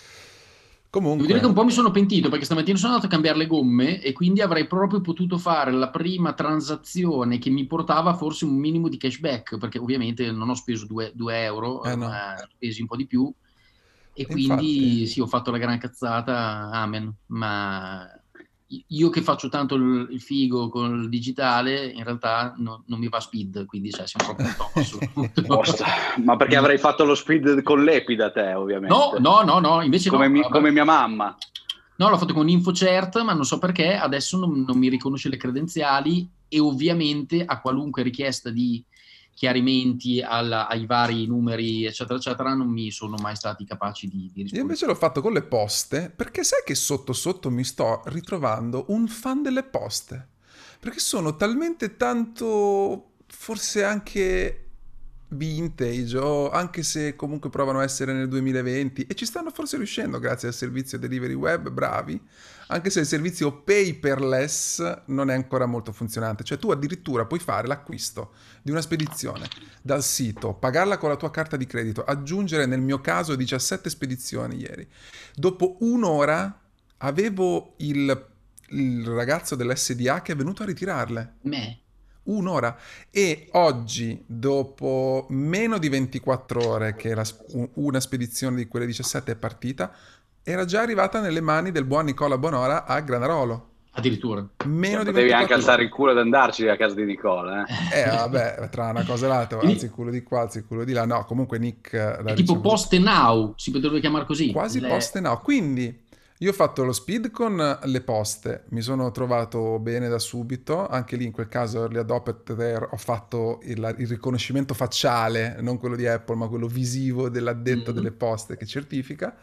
Devo dire che un Comunque, po' mi sono pentito perché stamattina sono andato a cambiare le gomme e quindi avrei proprio potuto fare la prima transazione che mi portava forse un minimo di cashback, perché ovviamente non ho speso due euro, eh no. ma ho spesi un po' di più e Infatti, quindi sì, ho fatto la gran cazzata, amen. Ma io che faccio tanto il, il figo con il digitale, in realtà no- non mi va speed, quindi cioè, siamo proprio tosto. Posta. Ma perché avrei fatto lo speed con l'Epi da te, No, ovviamente. no, no, no, invece Come, no. mi- Vabbè. come mia mamma. No, l'ho fatto con InfoCert, ma non so perché adesso non, non mi riconosce le credenziali e ovviamente a qualunque richiesta di chiarimenti alla- ai vari numeri, eccetera, eccetera, non mi sono mai stati capaci di, di io rispondere. invece l'ho fatto con le poste, perché sai che sotto sotto mi sto ritrovando un fan delle poste. Perché sono talmente tanto, forse anche vintage, o anche se comunque provano a essere nel duemilaventi, e ci stanno forse riuscendo grazie al servizio delivery web, bravi, anche se il servizio paperless non è ancora molto funzionante. Cioè tu addirittura puoi fare l'acquisto di una spedizione dal sito, pagarla con la tua carta di credito, aggiungere nel mio caso diciassette spedizioni ieri. Dopo un'ora avevo il, il ragazzo dell'S D A che è venuto a ritirarle. Me? Un'ora. E oggi, dopo meno di ventiquattro ore che la, una spedizione di quelle diciassette è partita, era già arrivata nelle mani del buon Nicola Bonora a Granarolo. Addirittura. Meno Cioè, di potevi anche ventiquattro alzare ore. il culo ed andarci a casa di Nicola. Eh. Eh, vabbè, tra una cosa e l'altra, Quindi alzi il culo di qua, alzi il culo di là. No, comunque Nick eh, è la tipo riceve post e now, si potrebbe chiamare così. quasi Le- poste no. Quindi io ho fatto lo speed con le poste, mi sono trovato bene da subito, anche lì in quel caso early adopter ho fatto il, il riconoscimento facciale, non quello di Apple, ma quello visivo dell'addetto Mhm. delle poste che certifica.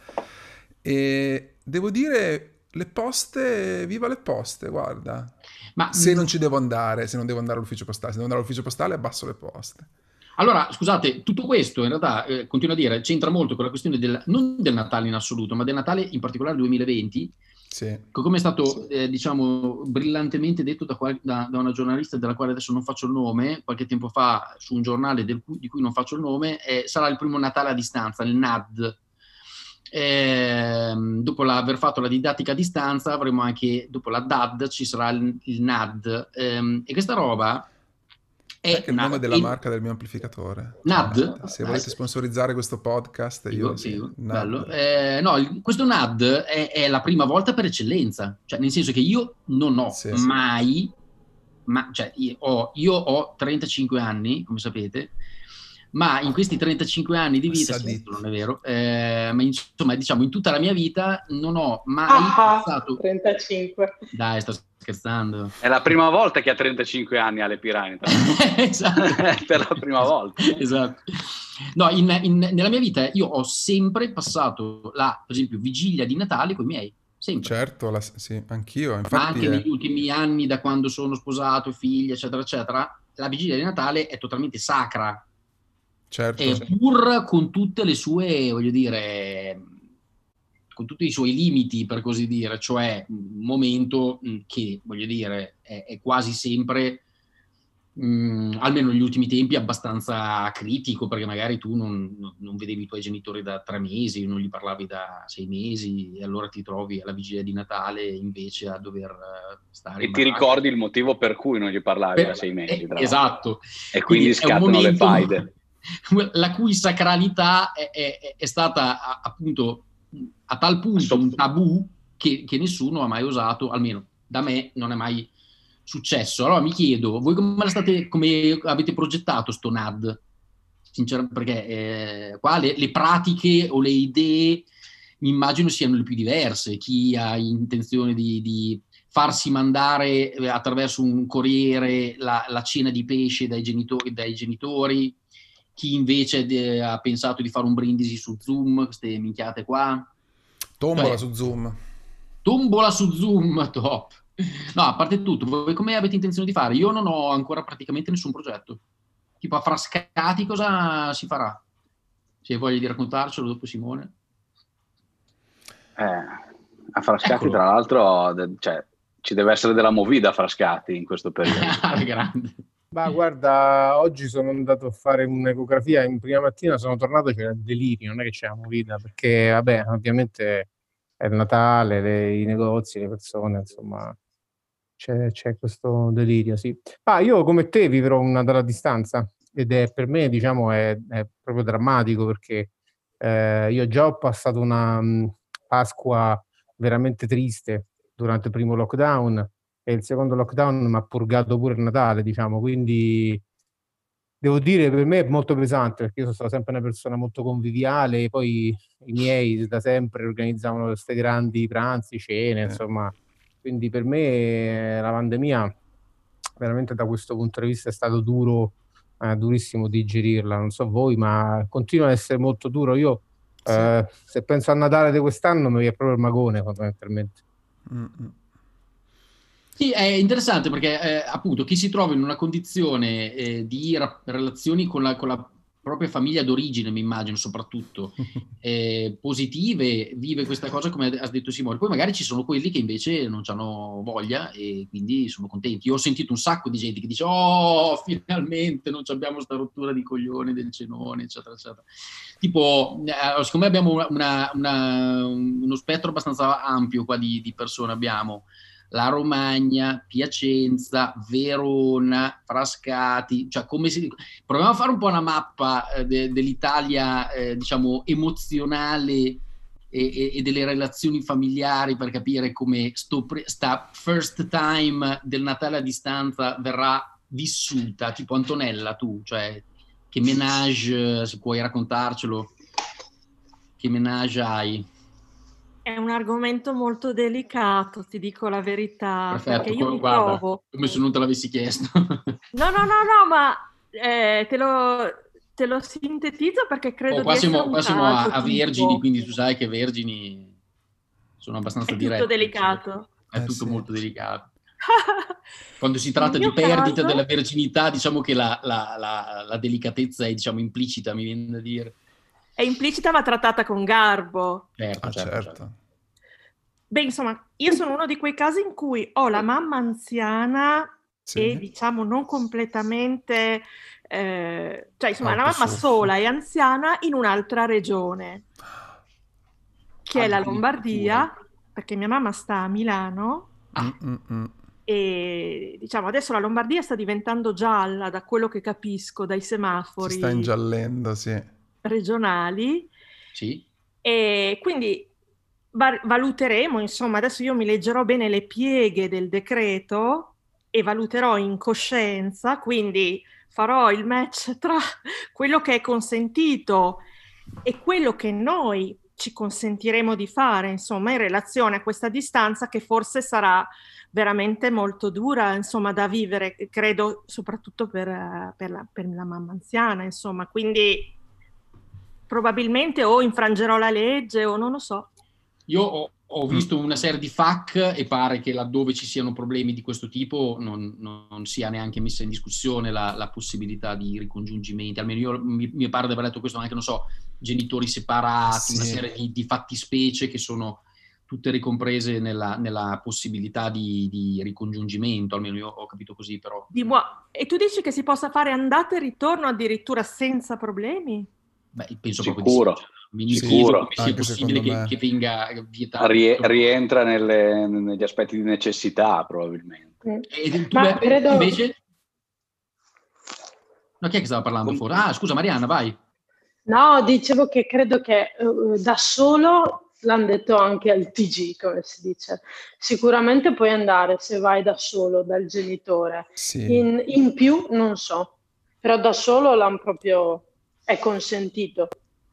E devo dire, le poste, viva le poste, guarda. Ma Se mh, non ci devo andare, se non devo andare all'ufficio postale, se devo andare all'ufficio postale abbasso le poste. allora, scusate, tutto questo in realtà, eh, continuo a dire, c'entra molto con la questione del, non del Natale in assoluto, ma del Natale in particolare duemilaventi, Sì. come è stato, eh, diciamo, brillantemente detto da, qual- da- da una giornalista della quale adesso non faccio il nome, qualche tempo fa su un giornale del cui- di cui non faccio il nome, eh, sarà il primo Natale a distanza, il N A D. Ehm, dopo aver fatto la didattica a distanza, avremo anche, dopo la D A D, ci sarà il, il N A D. Ehm, e questa roba Sai è che è il una... nome della è- marca del mio amplificatore? N A D? Cioè, N A D. Se Dai, volete sponsorizzare questo podcast, io figo, sì, figo, N A D. bello. Eh, no, il- questo N A D è, è la prima volta per eccellenza, cioè nel senso che io non ho Sì. mai, ma, cioè io ho, io ho trentacinque anni, come sapete, ma in questi trentacinque anni di vita, Sadit. certo, non è vero, eh, ma insomma diciamo in tutta la mia vita non ho mai Ah, passato... trentacinque. Dai, sto scherzando. È la prima volta che ha trentacinque anni alle Pirani. tra l'altro. Esatto. Per la prima volta. Esatto. No, in, in, nella mia vita io ho sempre passato la, per esempio, vigilia di Natale con i miei, sempre. Certo, la- sì, anch'io. Ma Infatti, anche è- negli ultimi anni, da quando sono sposato, figli, eccetera, eccetera, la vigilia di Natale è totalmente sacra. certo. E pur con tutte le sue, voglio dire, con tutti i suoi limiti, per così dire, cioè un momento mh, che, voglio dire, è, è quasi sempre, mh, almeno negli ultimi tempi, abbastanza critico, perché magari tu non, non- non vedevi i tuoi genitori da tre mesi, non gli parlavi da sei mesi, e allora ti trovi alla vigilia di Natale invece a dover eh, stare E in ti baracca. ricordi il motivo per cui non gli parlavi Per- da sei mesi. eh, tra l'altro. esatto. E quindi è un scattano le momento faide. la cui sacralità è, è- è stata a- appunto a tal punto un tabù che, che nessuno ha mai osato, almeno da me non è mai successo. Allora mi chiedo, voi come, la state, come avete progettato sto N A D? Sinceramente, perché eh, qua le, le pratiche o le idee mi immagino siano le più diverse. Chi ha intenzione di, di farsi mandare eh, attraverso un corriere la, la cena di pesce dai genitori, dai genitori, chi invece de- ha pensato di fare un brindisi su Zoom, queste minchiate qua. Tombola Cioè, su Zoom. tombola su Zoom, top. No, a parte tutto, voi come avete intenzione di fare? Io non ho ancora praticamente nessun progetto. Tipo a Frascati cosa si farà? Se hai voglia di raccontarcelo dopo, Simone. Eh, a Frascati, Eccolo. tra l'altro, de- cioè, ci deve essere della movida a Frascati in questo periodo. Ah, grande. Ma guarda, oggi sono andato a fare un'ecografia in prima mattina, sono tornato, c'era il delirio, non è che c'è la movida, perché vabbè, ovviamente è il Natale, le- i negozi, le persone, insomma, c'è, c'è questo delirio, sì. Ah, io come te vivrò un Natale a distanza ed è per me, diciamo, è, è proprio drammatico perché eh, io già ho passato una mh, Pasqua veramente triste durante il primo lockdown e il secondo lockdown mi ha purgato pure il Natale, diciamo, quindi devo dire per me è molto pesante perché io sono stato sempre una persona molto conviviale, poi i miei da sempre organizzavano queste grandi pranzi, cene, Eh. insomma, quindi per me eh, la pandemia veramente da questo punto di vista è stato duro, eh, durissimo digerirla, non so voi, ma continua ad essere molto duro. Io Sì. eh, se penso a Natale di quest'anno mi viene proprio il magone fondamentalmente. Mm-mm. Sì, è interessante perché eh, appunto chi si trova in una condizione eh, di ra- relazioni con la, con la propria famiglia d'origine, mi immagino soprattutto, eh, positive, vive questa cosa come ha detto Simone. Poi magari ci sono quelli che invece non hanno voglia e quindi sono contenti. Io ho sentito un sacco di gente che dice oh, finalmente non abbiamo sta rottura di coglioni del cenone, eccetera, eccetera. Tipo, eh, siccome abbiamo una, una, una, uno spettro abbastanza ampio qua di, di persone, abbiamo la Romagna, Piacenza, Verona, Frascati, cioè come si... Proviamo a fare un po' una mappa eh, de- dell'Italia, eh, diciamo, emozionale e, e, e delle relazioni familiari per capire come sto pre- sta first time del Natale a distanza verrà vissuta. Tipo Antonella, tu, cioè, che menage, se puoi raccontarcelo, che menage hai? È un argomento molto delicato, ti dico la verità, perché Perfetto, io co- mi guarda, trovo... come se non te l'avessi chiesto. No, no, no, no, ma eh, te lo, te lo sintetizzo perché Oh, credo di qua essere siamo, un qua siamo a, caso a Vergini, tipo. quindi tu sai che Vergini sono abbastanza È tutto diretti. Insomma. delicato. È Eh tutto sì. molto delicato. Quando si Nel tratta di mio perdita della caso verginità, diciamo che la, la- la- la delicatezza è, diciamo, implicita, mi viene da dire. è implicita ma trattata con garbo. Certo, Ah, certo, certo. certo. Beh, insomma, io sono uno di quei casi in cui ho la mamma anziana e Sì. diciamo non completamente, eh, cioè insomma la mamma Autosuffi. sola e anziana in un'altra regione, che è la Addirittura. Lombardia, perché mia mamma sta a Milano Mm-mm-mm. e diciamo adesso la Lombardia sta diventando gialla da quello che capisco dai Si sta semafori ingiallendo, sì. regionali Sì? e quindi va- valuteremo, insomma, adesso io mi leggerò bene le pieghe del decreto e valuterò in coscienza, quindi farò il match tra quello che è consentito e quello che noi ci consentiremo di fare, insomma, in relazione a questa distanza che forse sarà veramente molto dura, insomma, da vivere, credo, soprattutto per, eh, per la, per la mamma anziana, insomma, quindi probabilmente o infrangerò la legge o non lo so. Io ho, ho Mm. visto una serie di F A Q e pare che laddove ci siano problemi di questo tipo non, non- non sia neanche messa in discussione la, la possibilità di ricongiungimenti. Almeno io mi, mi pare di aver letto questo anche, non so, genitori separati, Sì. una serie di, di fattispecie che sono tutte ricomprese nella, nella possibilità di, di ricongiungimento, almeno io ho capito così, però... Di buo- e tu dici che si possa fare andata e ritorno addirittura senza problemi? Beh, penso Sicuro, proprio di sì. Mi Sicuro. chiedo come sia Anche possibile secondo che, me. che venga vietato. Rie- tutto. rientra nelle- negli aspetti di necessità, probabilmente. Mm. E tu, Ma beh, credo... invece... No, chi è che stava parlando fuori? Ah, scusa, Marianna, vai. No, dicevo che credo che eh, da solo, l'hanno detto anche al T G, come si dice, sicuramente puoi andare se vai da solo dal genitore. Sì. In, in più non so, però da solo l'hanno proprio, è consentito.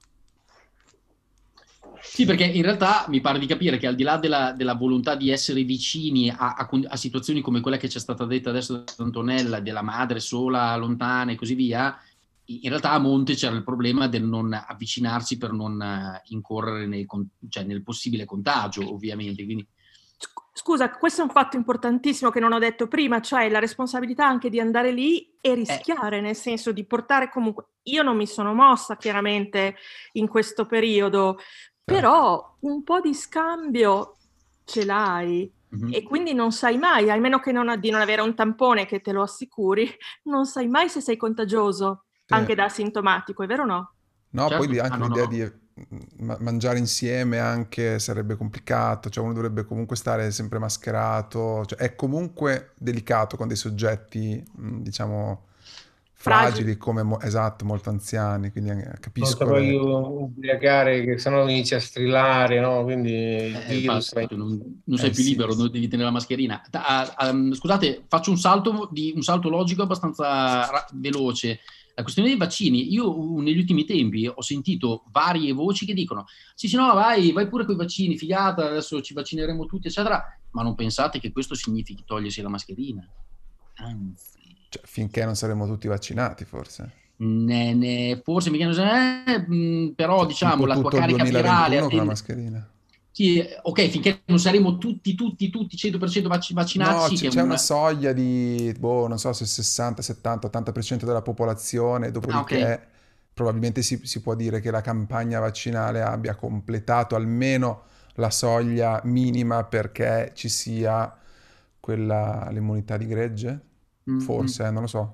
Sì, perché in realtà mi pare di capire che al di là della, della volontà di essere vicini a, a, a situazioni come quella che ci è stata detta adesso da Antonella, della madre sola, lontana e così via, in realtà a monte c'era il problema del non avvicinarsi per non uh, incorrere nel, cioè nel possibile contagio, ovviamente. Quindi... Scusa, questo è un fatto importantissimo che non ho detto prima, cioè la responsabilità anche di andare lì e rischiare, eh. nel senso di portare comunque... Io non mi sono mossa chiaramente in questo periodo, però un po' di scambio ce l'hai. Mm-hmm. E quindi non sai mai, almeno che non, di non avere un tampone che te lo assicuri, non sai mai se sei contagioso, sì. Anche da asintomatico, è vero o no? No, certo. poi anche ah, no, l'idea no. di mangiare insieme anche sarebbe complicato, cioè uno dovrebbe comunque stare sempre mascherato, cioè è comunque delicato con dei soggetti, diciamo, fragili, come mo- esatto, molto anziani, quindi capisco. Non le... voglio ubriacare, che sennò inizi a strillare, no? Quindi il eh, virus infatti, non, non sei eh, più sì, libero, sì. devi tenere la mascherina. Da, um, scusate, faccio un salto, di, un salto logico abbastanza ra- veloce. La questione dei vaccini, io negli ultimi tempi ho sentito varie voci che dicono sì sì no vai, vai pure con i vaccini, figata, adesso ci vaccineremo tutti eccetera, ma non pensate che questo significhi togliersi la mascherina? Anzi. Cioè, finché non saremo tutti vaccinati forse. Ne, ne, forse mi chiedono eh, mh, però cioè, diciamo la tua carica virale con la mascherina. Sì, ok, finché non saremo tutti, tutti, tutti cento per cento vac- vaccinati. No, sì, c- che c'è una... una soglia di, boh, non so se sessanta, settanta, ottanta per cento della popolazione, dopodiché ah, okay. probabilmente si, si può dire che la campagna vaccinale abbia completato almeno la soglia minima perché ci sia quella, l'immunità di gregge, mm-hmm. forse, eh, non lo so.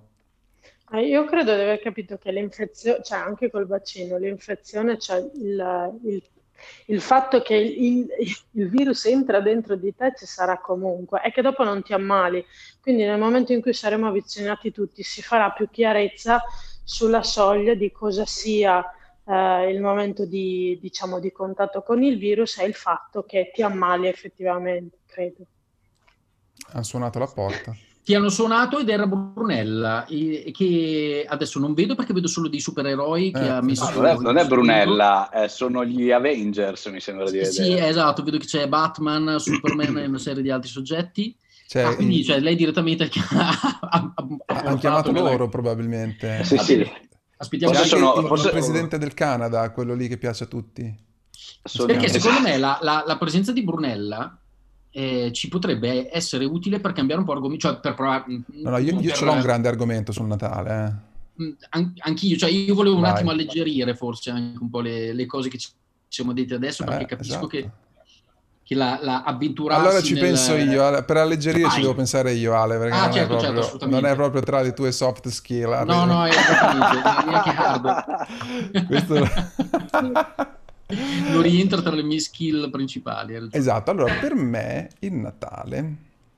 Io credo di aver capito che l'infezione, cioè anche col vaccino, l'infezione, cioè il, il il fatto che il, il virus entra dentro di te ci sarà comunque e che dopo non ti ammali, quindi nel momento in cui saremo avvicinati tutti si farà più chiarezza sulla soglia di cosa sia eh, il momento di, diciamo, di contatto con il virus e il fatto che ti ammali effettivamente, credo. Ha suonato la porta. Ti hanno suonato ed era Brunella, e, che adesso non vedo perché vedo solo dei supereroi che eh, ha messo... No, non, è, non è Brunella, eh, sono gli Avengers, mi sembra di vedere. Sì, esatto, vedo che c'è Batman, Superman e una serie di altri soggetti. Cioè, ah, quindi il... cioè, lei direttamente ha, ha, ha hanno chiamato nella... loro probabilmente. Sì, sì. Aspettiamo forse sono, il, forse... il presidente del Canada, quello lì che piace a tutti. Sono... Perché secondo me la, la, la presenza di Brunella Eh, ci potrebbe essere utile per cambiare un po' argomento, cioè per provare... No, no, io, io per... ce l'ho un grande argomento sul Natale. Eh. An- anch'io, cioè io volevo Vai. un attimo alleggerire forse anche un po' le, le cose che ci siamo dette adesso, perché eh, capisco esatto. che, che la, la avventurarsi allora ci nel... penso io, per alleggerire Vai. ci devo pensare io, Ale, perché ah, non, certo, è proprio, certo, non è proprio tra le tue soft skill. Ale. No, no, è neanche hard. Questo... non rientra tra le mie skill principali. Esatto, allora per me il Natale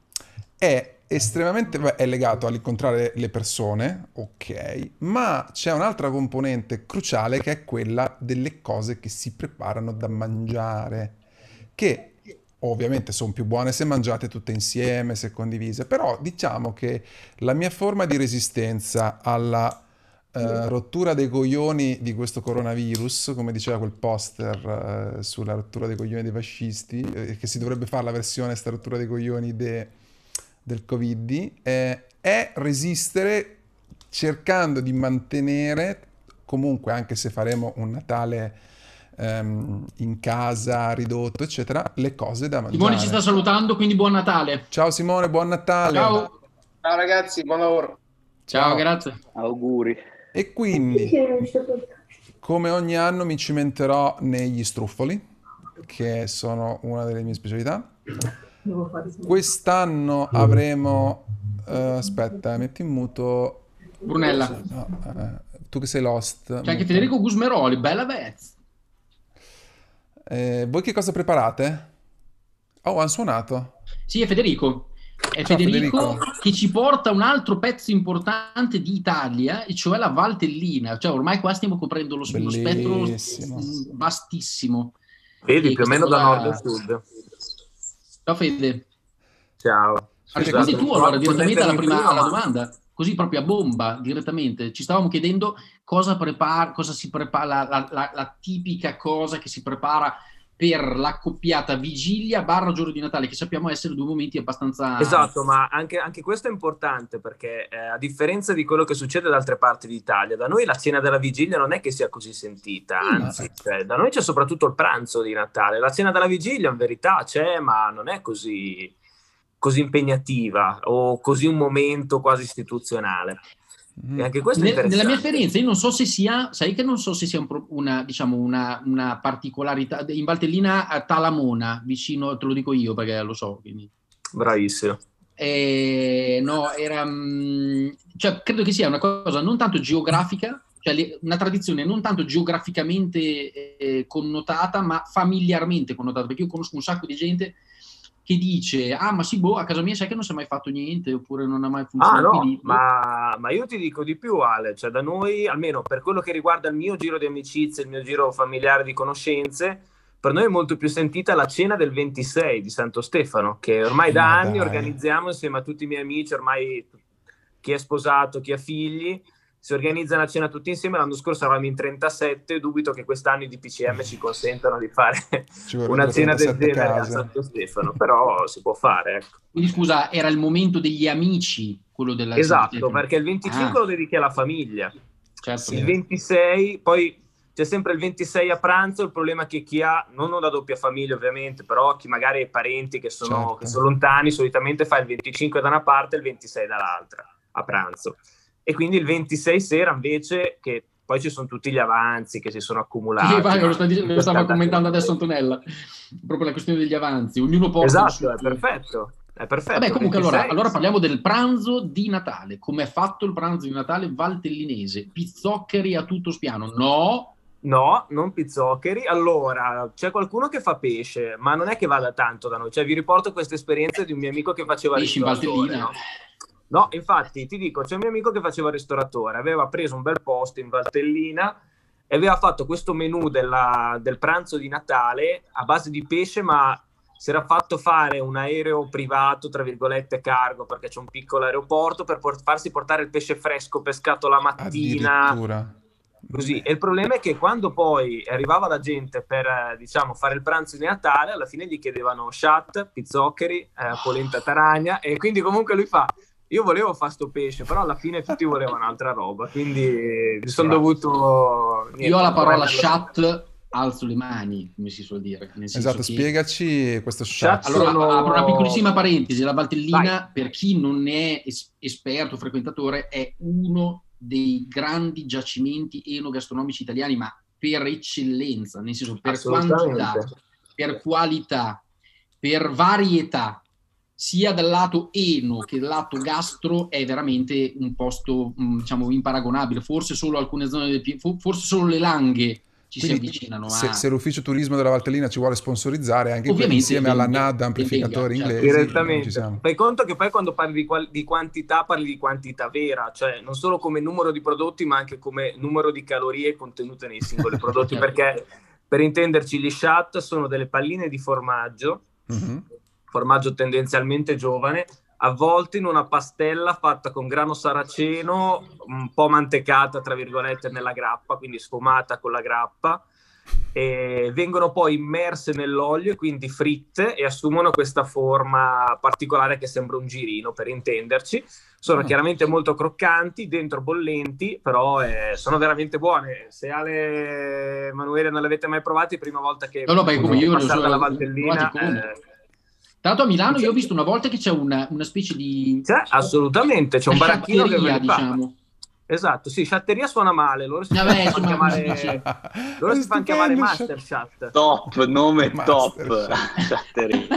è estremamente è legato all'incontrare le persone, ok, ma c'è un'altra componente cruciale che è quella delle cose che si preparano da mangiare, che ovviamente sono più buone se mangiate tutte insieme, se condivise, però diciamo che la mia forma di resistenza alla Uh, rottura dei coglioni di questo coronavirus, come diceva quel poster uh, sulla rottura dei coglioni dei fascisti, eh, che si dovrebbe fare la versione sta rottura dei coglioni de, del Covid, eh, è resistere cercando di mantenere, comunque anche se faremo un Natale um, in casa, ridotto, eccetera, le cose da mangiare. Simone ci sta salutando, quindi buon Natale. Ciao Simone, buon Natale. Ciao. Ciao ragazzi, buon lavoro. Ciao, Ciao. Grazie. Auguri. E quindi, come ogni anno, mi cimenterò negli struffoli, che sono una delle mie specialità. Quest'anno avremo... Uh, aspetta, metti in muto... Brunella. No, uh, tu che sei lost. C'è anche Federico Gusmeroli, bella vez. Eh, voi che cosa preparate? Oh, hanno suonato. Sì, è Federico. È Ciao, Federico, Federico che ci porta un altro pezzo importante di Italia, e cioè la Valtellina. Cioè ormai qua stiamo coprendo lo, lo spettro vastissimo. Vedi, e più o meno cosa... da nord a sud. Ciao Fede. Ciao. Rispondi tu allora direttamente alla prima alla domanda, così proprio a bomba, direttamente. Ci stavamo chiedendo cosa prepara, cosa si prepara, la, la, la, la tipica cosa che si prepara per l'accoppiata vigilia barra giorno di Natale, che sappiamo essere due momenti abbastanza... Esatto, ma anche, anche questo è importante perché eh, a differenza di quello che succede da altre parti d'Italia, da noi la cena della vigilia non è che sia così sentita, anzi, no. cioè, da noi c'è soprattutto il pranzo di Natale. La cena della vigilia in verità c'è, ma non è così, così impegnativa o così un momento quasi istituzionale. E anche questo è Nel, nella mia esperienza io non so se sia, sai che non so se sia un, una, diciamo una, una particolarità in Valtellina a Talamona, vicino, te lo dico io perché lo so, quindi. Bravissimo. Eh, no, era, mh, cioè, credo che sia una cosa non tanto geografica, cioè le, una tradizione non tanto geograficamente eh, connotata, ma familiarmente connotata, perché io conosco un sacco di gente che dice, ah ma sì, boh, a casa mia sai che non si è mai fatto niente, oppure non ha mai funzionato. Ah no, Quindi, ma, ma io ti dico di più, Ale, cioè da noi, almeno per quello che riguarda il mio giro di amicizie, il mio giro familiare di conoscenze, per noi è molto più sentita la cena del ventisei di Santo Stefano, che ormai da Ma anni dai. organizziamo insieme a tutti i miei amici, ormai chi è sposato, chi ha figli, si organizza una cena tutti insieme. L'anno scorso eravamo in trentasette, dubito che quest'anno i D P C M ci consentano di fare Ci una vorrebbero cena del trentasette genere a case. Santo Stefano, però si può fare, ecco. quindi scusa, era il momento degli amici, quello della Esatto, perché il venticinque Ah. lo dedichi alla famiglia. Certo. Sì. Il ventisei, poi c'è sempre il ventisei a pranzo. Il problema è che chi ha, non una doppia famiglia ovviamente, però chi magari ha parenti che sono, Certo. che sono lontani, solitamente fa il venticinque da una parte e il ventisei dall'altra a pranzo. E quindi il ventisei sera invece, che poi ci sono tutti gli avanzi che si sono accumulati. Sì, vai, lo, sta, no? lo stava commentando adesso Antonella, proprio la questione degli avanzi, ognuno porta il Esatto, suo. è perfetto. È perfetto. Vabbè, comunque allora, ventisei, allora sì. parliamo del pranzo di Natale. Come è fatto il pranzo di Natale valtellinese? Pizzoccheri a tutto spiano? No. No, non pizzoccheri. Allora, c'è qualcuno che fa pesce, ma non è che vada tanto da noi. Cioè, vi riporto questa esperienza di un mio amico che faceva Pesci in ristoratore, Valtellina. no? No, infatti, ti dico, c'è un mio amico che faceva ristoratore, aveva preso un bel posto in Valtellina e aveva fatto questo menù della- del pranzo di Natale a base di pesce, ma si era fatto fare un aereo privato, tra virgolette, cargo, perché c'è un piccolo aeroporto, per port- farsi portare il pesce fresco pescato la mattina. Addirittura. Così. E il problema è che quando poi arrivava la gente per, eh, diciamo, fare il pranzo di Natale, alla fine gli chiedevano chat, pizzoccheri, eh, polenta taragna, e quindi comunque lui fa, io volevo fare sto pesce, però alla fine tutti volevano altra roba, quindi mi sono dovuto... niente, Io alla parola prenderlo. chat alzo le mani, come si suol dire. Nel senso Esatto, che... spiegaci questo Chat chat. Allora, sono- apro una piccolissima parentesi. La Valtellina, Vai. per chi non ne è es- esperto, frequentatore, è uno dei grandi giacimenti enogastronomici italiani, ma per eccellenza, nel senso per Assolutamente. quantità, per qualità, per varietà, sia dal lato eno che dal lato gastro, è veramente un posto, mh, diciamo, imparagonabile. Forse solo alcune zone del Pie- fo- forse solo le Langhe ci si Quindi, avvicinano. se, ma- se l'ufficio turismo della Valtellina ci vuole sponsorizzare anche que- Ovviamente, insieme alla ben- N A D ben amplificatori venga, certo. inglesi, ci Direttamente. siamo. Fai conto che poi quando parli di, qual- di quantità parli di quantità vera, cioè non solo come numero di prodotti ma anche come numero di calorie contenute nei singoli prodotti, Certo. perché per intenderci gli chat sono delle palline di formaggio, Mhm. formaggio tendenzialmente giovane, avvolti in una pastella fatta con grano saraceno, un po' mantecata tra virgolette nella grappa, quindi sfumata con la grappa, e vengono poi immerse nell'olio e quindi fritte e assumono questa forma particolare che sembra un girino, per intenderci. Sono Ah. chiaramente molto croccanti, dentro bollenti, però eh, sono veramente buone. Se Ale e Emanuele non le avete mai provate, prima volta che No, no, beh, come io lo passate so, dalla lo- Valtellina, provati come. eh, Tra l'altro a Milano io ho visto una volta che c'è una, una specie di... c'è assolutamente, c'è un una baracchino che ve sciatteria, li fa. diciamo. Esatto, sì, sciatteria suona male, loro si Vabbè, fanno insomma, chiamare, loro È si fanno chiamare stupendo, Master Chat. Top, nome Master top. Chef. Sciatteria.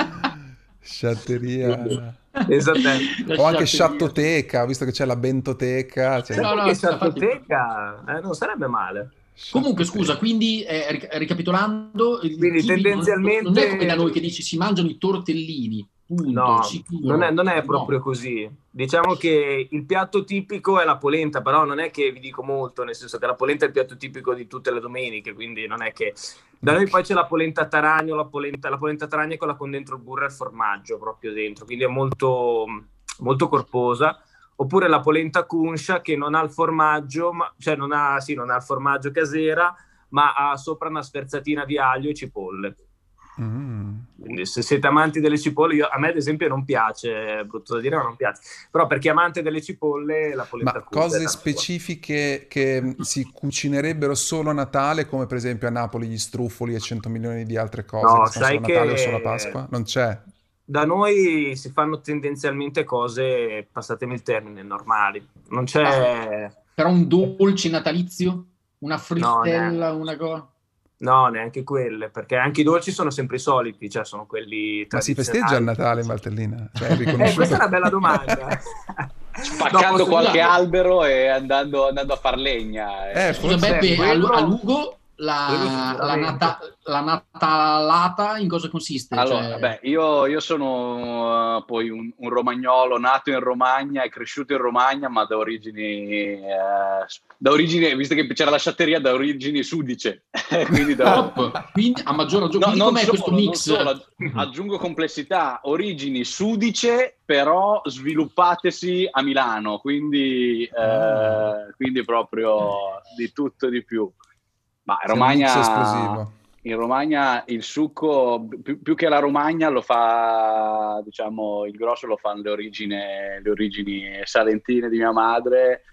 Sciatteria. Esattamente. O anche Sciatteria. sciattoteca, visto che c'è la bentoteca. cioè- Sai No, no, che sì, infatti- sciattoteca? Eh, non sarebbe male. Comunque, sciattoteca. scusa, quindi eh, ric- ricapitolando, il Quindi kiwi non- tendenzialmente- non è come da noi che dici si mangiano i tortellini, punto, No, sicuro. non è, non è No. proprio così. Diciamo che il piatto tipico è la polenta, però non è che vi dico molto, nel senso che la polenta è il piatto tipico di tutte le domeniche, quindi non è che... Da noi poi c'è la polenta taragno, la polenta, la polenta taragna è quella con dentro il burro e il formaggio proprio dentro, quindi è molto, molto corposa. Oppure la polenta kunsha che non ha il formaggio, ma, cioè non ha, sì, non ha il formaggio casera, ma ha sopra una sferzatina di aglio e cipolle. Mm. Quindi se siete amanti delle cipolle, io, a me ad esempio non piace, è brutto da dire, ma non piace. Però per chi è amante delle cipolle, la polenta Ma kunsha è cose tanto buona. specifiche che si cucinerebbero solo a Natale, come per esempio a Napoli gli struffoli e cento milioni di altre cose No, che sono sai solo a Natale che- o solo a Pasqua? Non c'è. Da noi si fanno tendenzialmente cose, passatemi il termine, normali. Non c'è... Però un dolce natalizio? Una frittella, No, una cosa... No, neanche quelle, perché anche i dolci sono sempre i soliti, cioè sono quelli Ma si tradizionali. festeggia il Natale in Valtellina? Cioè, è Eh, riconosciuto? questa è una bella domanda. Spaccando No, posso qualche dire- albero e andando, andando a far legna. Eh, eh. Scusa forse- Beppe, a, quello- a Lugo quello la, la, sicuramente. nata, la natalata in cosa consiste? Allora, Cioè, beh, io, io sono uh, poi un, un romagnolo nato in Romagna e cresciuto in Romagna, ma da origini, eh, da origini, visto che c'era la sciatteria, da origini sudice. Quindi, da, top, quindi a maggior ragione, No, quindi non com'è solo, questo non mix? solo, agg- aggiungo complessità, origini sudice, però sviluppatesi a Milano, quindi, Ah. eh, quindi proprio di tutto e di più. Ma in C'è un mix Romagna, esplosivo. in Romagna il succo, più, più che la Romagna, lo fa, diciamo, il grosso lo fanno le origini, le origini salentine di mia madre,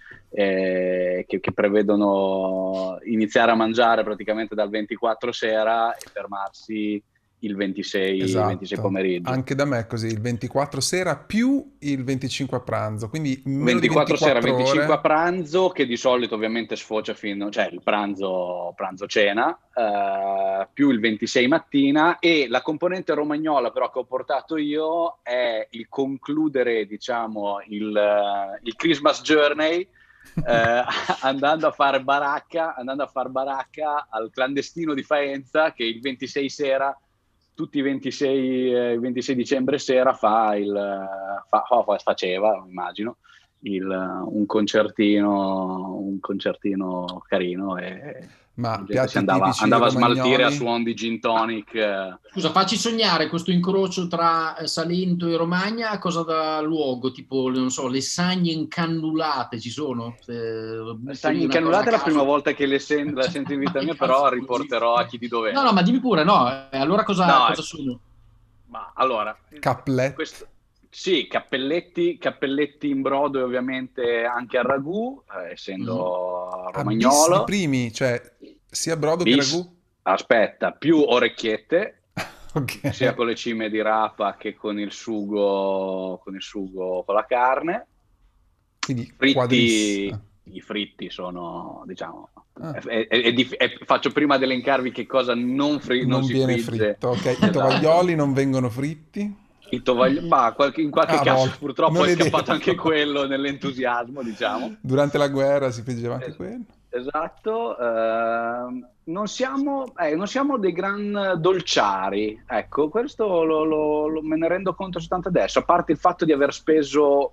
eh, che, che prevedono iniziare a mangiare praticamente dal ventiquattro sera e fermarsi il ventisei, Esatto. ventisei pomeriggio. Anche da me è così, il ventiquattro sera più il venticinque a pranzo, quindi meno ventiquattro di sera, ventiquattro venticinque a ore. pranzo, che di solito ovviamente sfocia fino, cioè il pranzo, pranzo cena, eh, più il ventisei mattina, e la componente romagnola però che ho portato io è il concludere, diciamo, il, eh, il Christmas journey, eh, andando a fare baracca, andando a far baracca al clandestino di Faenza, che il ventisei sera, tutti i ventisei, eh, ventisei dicembre sera fa il, fa, fa- faceva, immagino, il, un concertino, un concertino carino, e Ma la gente piatti si andava, tipici andava a smaltire a romagnoli? suon di gin tonic. eh. Scusa, facci sognare questo incrocio tra eh, Salento e Romagna, a cosa dà luogo? Tipo, non so, le sagne incannulate ci sono? Se butto Sagni lì una incannulate cosa è a la prima caso. volta che le sen- la sento in vita mia, però riporterò a chi di dovere. No, no, ma dimmi pure, no, eh, allora cosa, No, cosa ecco. sono? Ma allora, Cappelletti. questo- sì, cappelletti, cappelletti in brodo e ovviamente anche al ragù, eh, essendo A bis di romagnolo. primi, cioè sia brodo che Bis, ragù? aspetta, più orecchiette, Ok. sia con le cime di rapa che con il sugo, con il sugo con la carne. Quindi Fritti, quadrissima. i fritti sono, diciamo, Ah. è- è- è dif- è- faccio prima ad elencarvi che cosa non, fri- non Non si viene frigge. fritto, ok. I Esatto. tovaglioli non vengono fritti? I tovaglioli, ma qualche- in qualche Ah, caso volte. purtroppo Non è è scappato detto. anche quello nell'entusiasmo, diciamo. Durante la guerra si friggeva anche Es- quello? Esatto, ehm, non siamo, eh, non siamo dei gran dolciari, ecco, questo lo, lo- lo- me ne rendo conto soltanto adesso, a parte il fatto di aver speso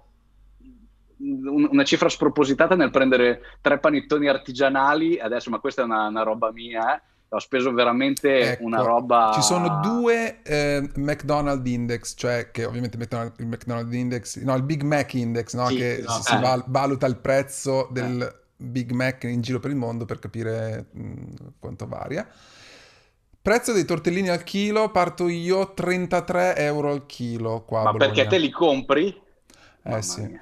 un- una cifra spropositata nel prendere tre panettoni artigianali, adesso, ma questa è una, una roba mia, eh. Ho speso veramente Ecco, una roba... ci sono due eh, McDonald's Index, cioè che ovviamente mettono il McDonald's Index, no, il Big Mac Index, no, Sì, che esatto. si, si Eh. val- valuta il prezzo Eh. del Big Mac in giro per il mondo per capire mh, quanto varia. Prezzo dei tortellini al chilo, parto io, trentatré euro al chilo qua a Ma Bologna. perché te li compri? Eh Mamma sì. mia.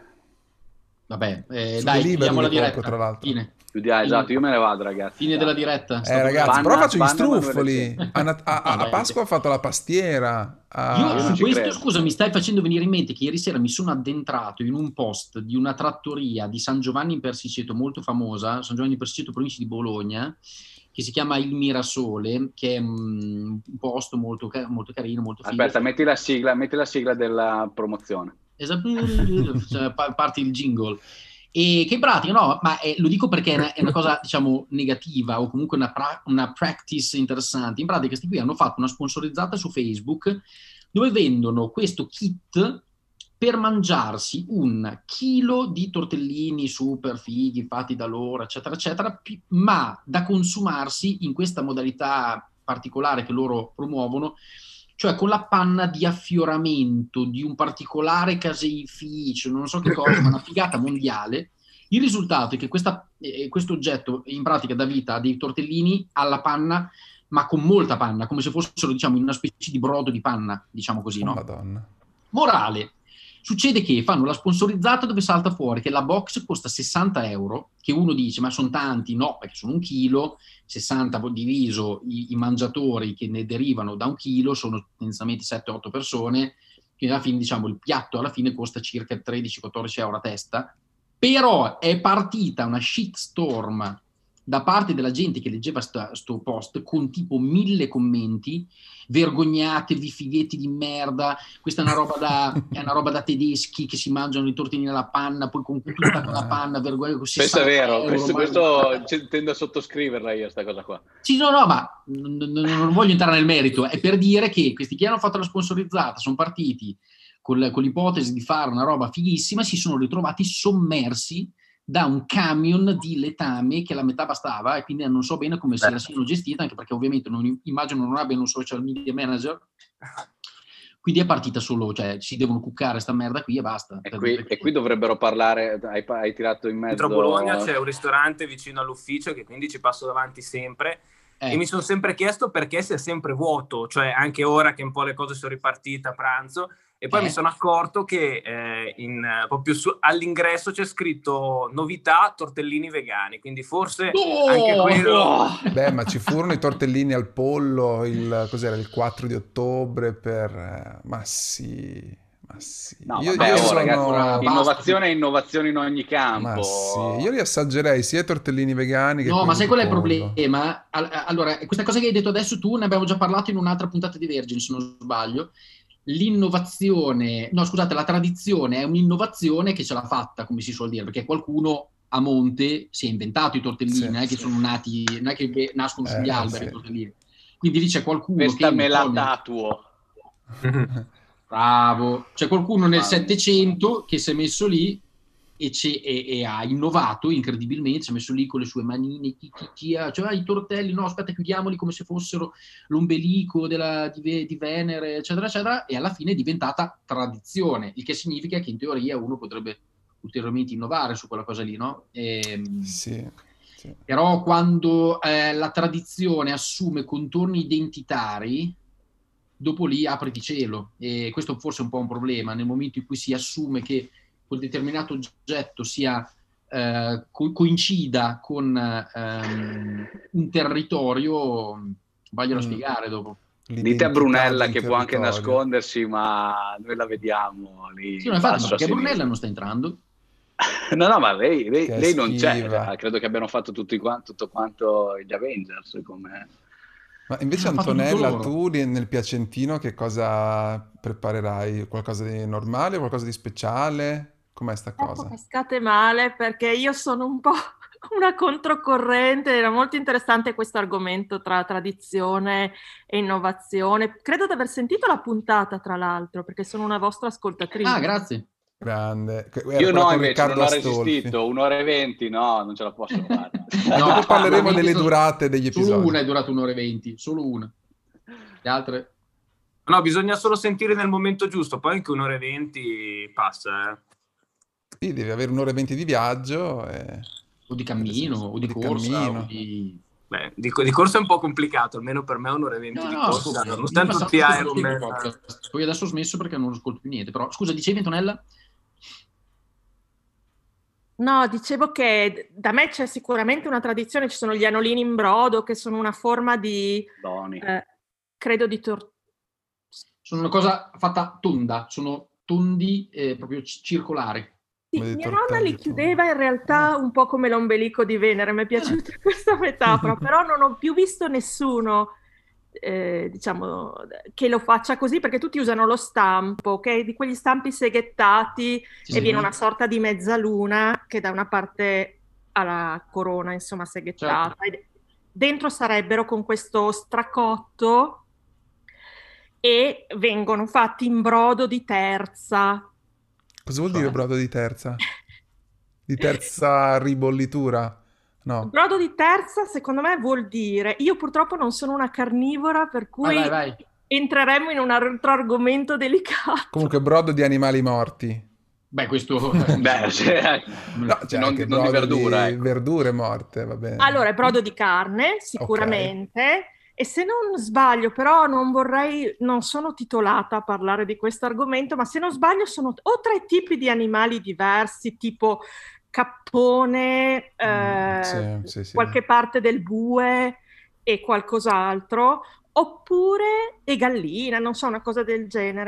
Vabbè, eh, Su dai, Deliveroo chiudiamo la li compro, diretta. tra l'altro. Fine. Ah, esatto, io me ne vado, ragazzi. Fine della diretta. È Eh stato ragazzi, Banna- però faccio gli banna Manuele struffoli. Cento. A, Nat- a- a- No, a dai, Pasqua ho fatto la pastiera. a- Io io non su ci questo, credo. scusa, mi stai facendo venire in mente che ieri sera mi sono addentrato in un post di una trattoria di San Giovanni in Persiceto, molto famosa, San Giovanni in Persiceto, provincia di Bologna, che si chiama Il Mirasole, che è mm, un posto molto, ca- molto carino, molto figo. Aspetta, metti la sigla, metti la sigla della promozione. Esatto, cioè, pa- parti il jingle. E che in pratica, no, ma è- lo dico perché è una, è una cosa, diciamo, negativa o comunque una, pra- una practice interessante. In pratica, questi qui hanno fatto una sponsorizzata su Facebook dove vendono questo kit per mangiarsi un chilo di tortellini super fighi fatti da loro, eccetera, eccetera, pi- ma da consumarsi in questa modalità particolare che loro promuovono, cioè con la panna di affioramento di un particolare caseificio, non so che cosa, ma una figata mondiale. Il risultato è che questa, eh, questo oggetto in pratica dà vita a dei tortellini alla panna, ma con molta panna, come se fossero, diciamo, in una specie di brodo di panna, diciamo così, Oh, no? Madonna. Morale. Succede che fanno la sponsorizzata dove salta fuori che la box costa sessanta euro, che uno dice ma sono tanti, no, perché sono un chilo, sessanta diviso i, i mangiatori che ne derivano da un chilo sono tendenzialmente sette otto persone, quindi alla fine, diciamo, il piatto alla fine costa circa tredici quattordici euro a testa, però è partita una shitstorm da parte della gente che leggeva sta, sto post con tipo mille commenti: vergognatevi, fighetti di merda, questa è una roba da, è una roba da tedeschi che si mangiano i tortellini alla panna, poi con tutta quella panna, vergogna così. Questo è vero, euro, questo, questo tendo a sottoscriverla io, sta cosa qua. Sì, no, no, ma non, non voglio entrare nel merito, è per dire che questi che hanno fatto la sponsorizzata sono partiti con, con l'ipotesi di fare una roba fighissima, si sono ritrovati sommersi da un camion di letame che la metà bastava, e quindi non so bene come se la siano gestita, anche perché ovviamente non, immagino non abbiano un social media manager, quindi è partita solo, cioè si devono cuccare sta merda qui e basta. E qui, e qui dovrebbero parlare, hai, hai tirato in mezzo... Dentro Bologna c'è un ristorante vicino all'ufficio che quindi ci passo davanti sempre, eh. e mi sono sempre chiesto perché sia sempre vuoto, cioè anche ora che un po' le cose sono ripartite a pranzo. E poi eh. mi sono accorto che eh, in, proprio su, all'ingresso c'è scritto novità tortellini vegani, quindi forse oh, anche quello... Oh. Beh, ma ci furono i tortellini al pollo, il, cos'era, il quattro di ottobre per... Eh, ma sì... Ma sì. No, io, vabbè, io oh, sono... ragazzi, innovazione e innovazione in ogni campo. Ma sì, io li assaggerei sia i tortellini vegani che no, ma sai qual è il pollo. problema? Allora, questa cosa che hai detto adesso tu ne abbiamo già parlato in un'altra puntata di Vergine, se non sbaglio. L'innovazione, no scusate, la tradizione è un'innovazione che ce l'ha fatta, come si suol dire, perché qualcuno a monte si è inventato i tortellini, sì, non è che sono nati, non è che nascono sugli eh, alberi sì. i tortellini. Quindi lì c'è qualcuno questa che me la tatuo. Bravo, c'è qualcuno nel Settecento che si è messo lì e, e, e ha innovato incredibilmente, si è messo lì con le sue manine, chi, chi, chi, cioè i tortelli, no aspetta, chiudiamoli come se fossero l'ombelico della, di, di Venere, eccetera eccetera, e alla fine è diventata tradizione, il che significa che in teoria uno potrebbe ulteriormente innovare su quella cosa lì, no? E, sì, sì. Però quando eh, la tradizione assume contorni identitari, dopo lì apri di cielo, e questo forse è un po' un problema, nel momento in cui si assume che quel determinato oggetto sia eh, co- coincida con ehm, un territorio, vaglielo a mm. spiegare dopo. Dite a Brunella che può anche nascondersi, ma noi la vediamo lì. Sì, ma infatti, perché Brunella non sta entrando. no, no, ma lei, lei, lei non c'è. Credo che abbiano fatto tutti quanto, tutto quanto gli Avengers. Come... Ma invece Antonella, tu nel Piacentino che cosa preparerai? Qualcosa di normale, qualcosa di speciale? Com'è sta cosa? Cascate male, perché io sono un po' una controcorrente, era molto interessante questo argomento tra tradizione e innovazione. Credo di aver sentito la puntata, tra l'altro, perché sono una vostra ascoltatrice. Ah, grazie. Grande. Era io no, invece Riccardo non ho resistito, un'ora e venti, no, non ce la posso fare. No, dopo parleremo delle durate degli episodi. Solo una è durata un'ora e venti, solo una. Le altre... No, bisogna solo sentire nel momento giusto, poi anche un'ora e venti passa, eh. Sì, devi avere un'ora e venti di viaggio. E... O di cammino, o di, di corsa, cammino. O di... Beh, di, di corsa è un po' complicato, almeno per me un'ora e venti no, di no, corsa. No, non stanno tutti Ironman. Poi adesso ho smesso perché non ascolto più niente. Però, scusa, dicevi Antonella? No, dicevo che da me c'è sicuramente una tradizione, ci sono gli anolini in brodo, che sono una forma di... Eh, credo di tortura. Sono una cosa fatta tonda, sono tondi eh, proprio c- circolari. Sì, mia nonna li chiudeva in realtà un po' come l'ombelico di Venere, mi è piaciuta questa metafora, però non ho più visto nessuno eh, diciamo che lo faccia così, perché tutti usano lo stampo, che è di quegli stampi seghettati sì, e viene una sorta di mezzaluna che da una parte ha la corona insomma seghettata, certo. E dentro sarebbero con questo stracotto e vengono fatti in brodo di terza. Cosa vuol dire brodo di terza? Di terza ribollitura? No. Brodo di terza, secondo me, vuol dire... Io purtroppo non sono una carnivora, per cui vai, vai, vai. entreremo in un altro argomento delicato. Comunque, brodo di animali morti. Beh, questo... Beh, cioè, no, cioè non, anche non di verdura. Di ecco. Verdure morte, va bene. Allora, è brodo di carne, sicuramente... Okay. E se non sbaglio, però non vorrei, non sono titolata a parlare di questo argomento, ma se non sbaglio sono o tre tipi di animali diversi, tipo cappone, eh, mm, sì, sì, sì. qualche parte del bue e qualcos'altro, oppure e gallina, non so, una cosa del genere.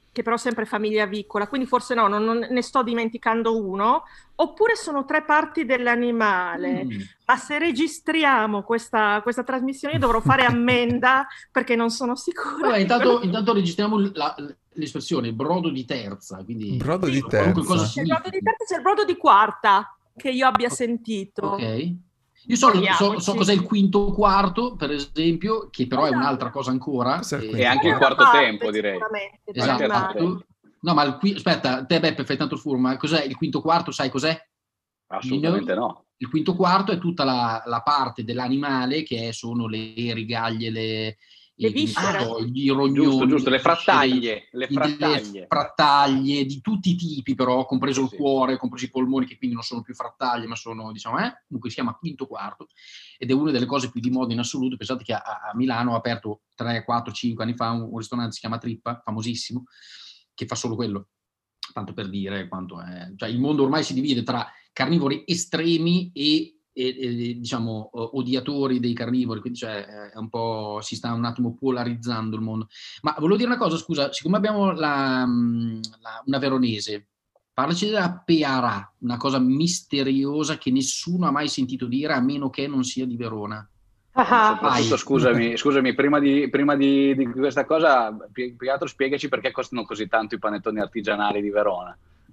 che però sempre famiglia avicola, quindi forse no, non, non ne sto dimenticando uno, oppure sono tre parti dell'animale. Mm. Ma se registriamo questa, questa trasmissione io dovrò fare ammenda perché non sono sicura. Vabbè, intanto, intanto registriamo la, l'espressione brodo di terza. Quindi brodo sì, di terza. Cosa c'è il brodo di terza, c'è il brodo di quarta che io abbia sentito. Ok. Io so, so, so cos'è il quinto quarto, per esempio, che però è un'altra cosa ancora. E, e anche il quarto parte, tempo, direi. Esatto. No, ma il qui... aspetta, te Beppe fai tanto il furbo, ma cos'è il quinto quarto? Sai cos'è? Assolutamente no. Il quinto quarto è tutta la, la parte dell'animale che sono le rigaglie, le, le viscere, i rognoni, giusto, giusto, le frattaglie, le frattaglie. le frattaglie di tutti i tipi, però compreso sì, il cuore, compreso i polmoni, che quindi non sono più frattaglie, ma sono, diciamo, eh, comunque si chiama quinto quarto, ed è una delle cose più di moda in assoluto. Pensate che a, a Milano ha aperto tre, quattro, cinque anni fa un, un ristorante, si chiama Trippa, famosissimo, che fa solo quello, tanto per dire quanto è. Cioè il mondo ormai si divide tra carnivori estremi e E, e, diciamo odiatori dei carnivori, quindi cioè, è un po', si sta un attimo polarizzando il mondo. Ma volevo dire una cosa, scusa, siccome abbiamo la, la, una veronese, parlaci della pearà, una cosa misteriosa che nessuno ha mai sentito dire, a meno che non sia di Verona. Ah, soprattutto, scusami, scusami, prima di, prima di, di questa cosa, più che altro spiegaci perché costano così tanto i panettoni artigianali di Verona.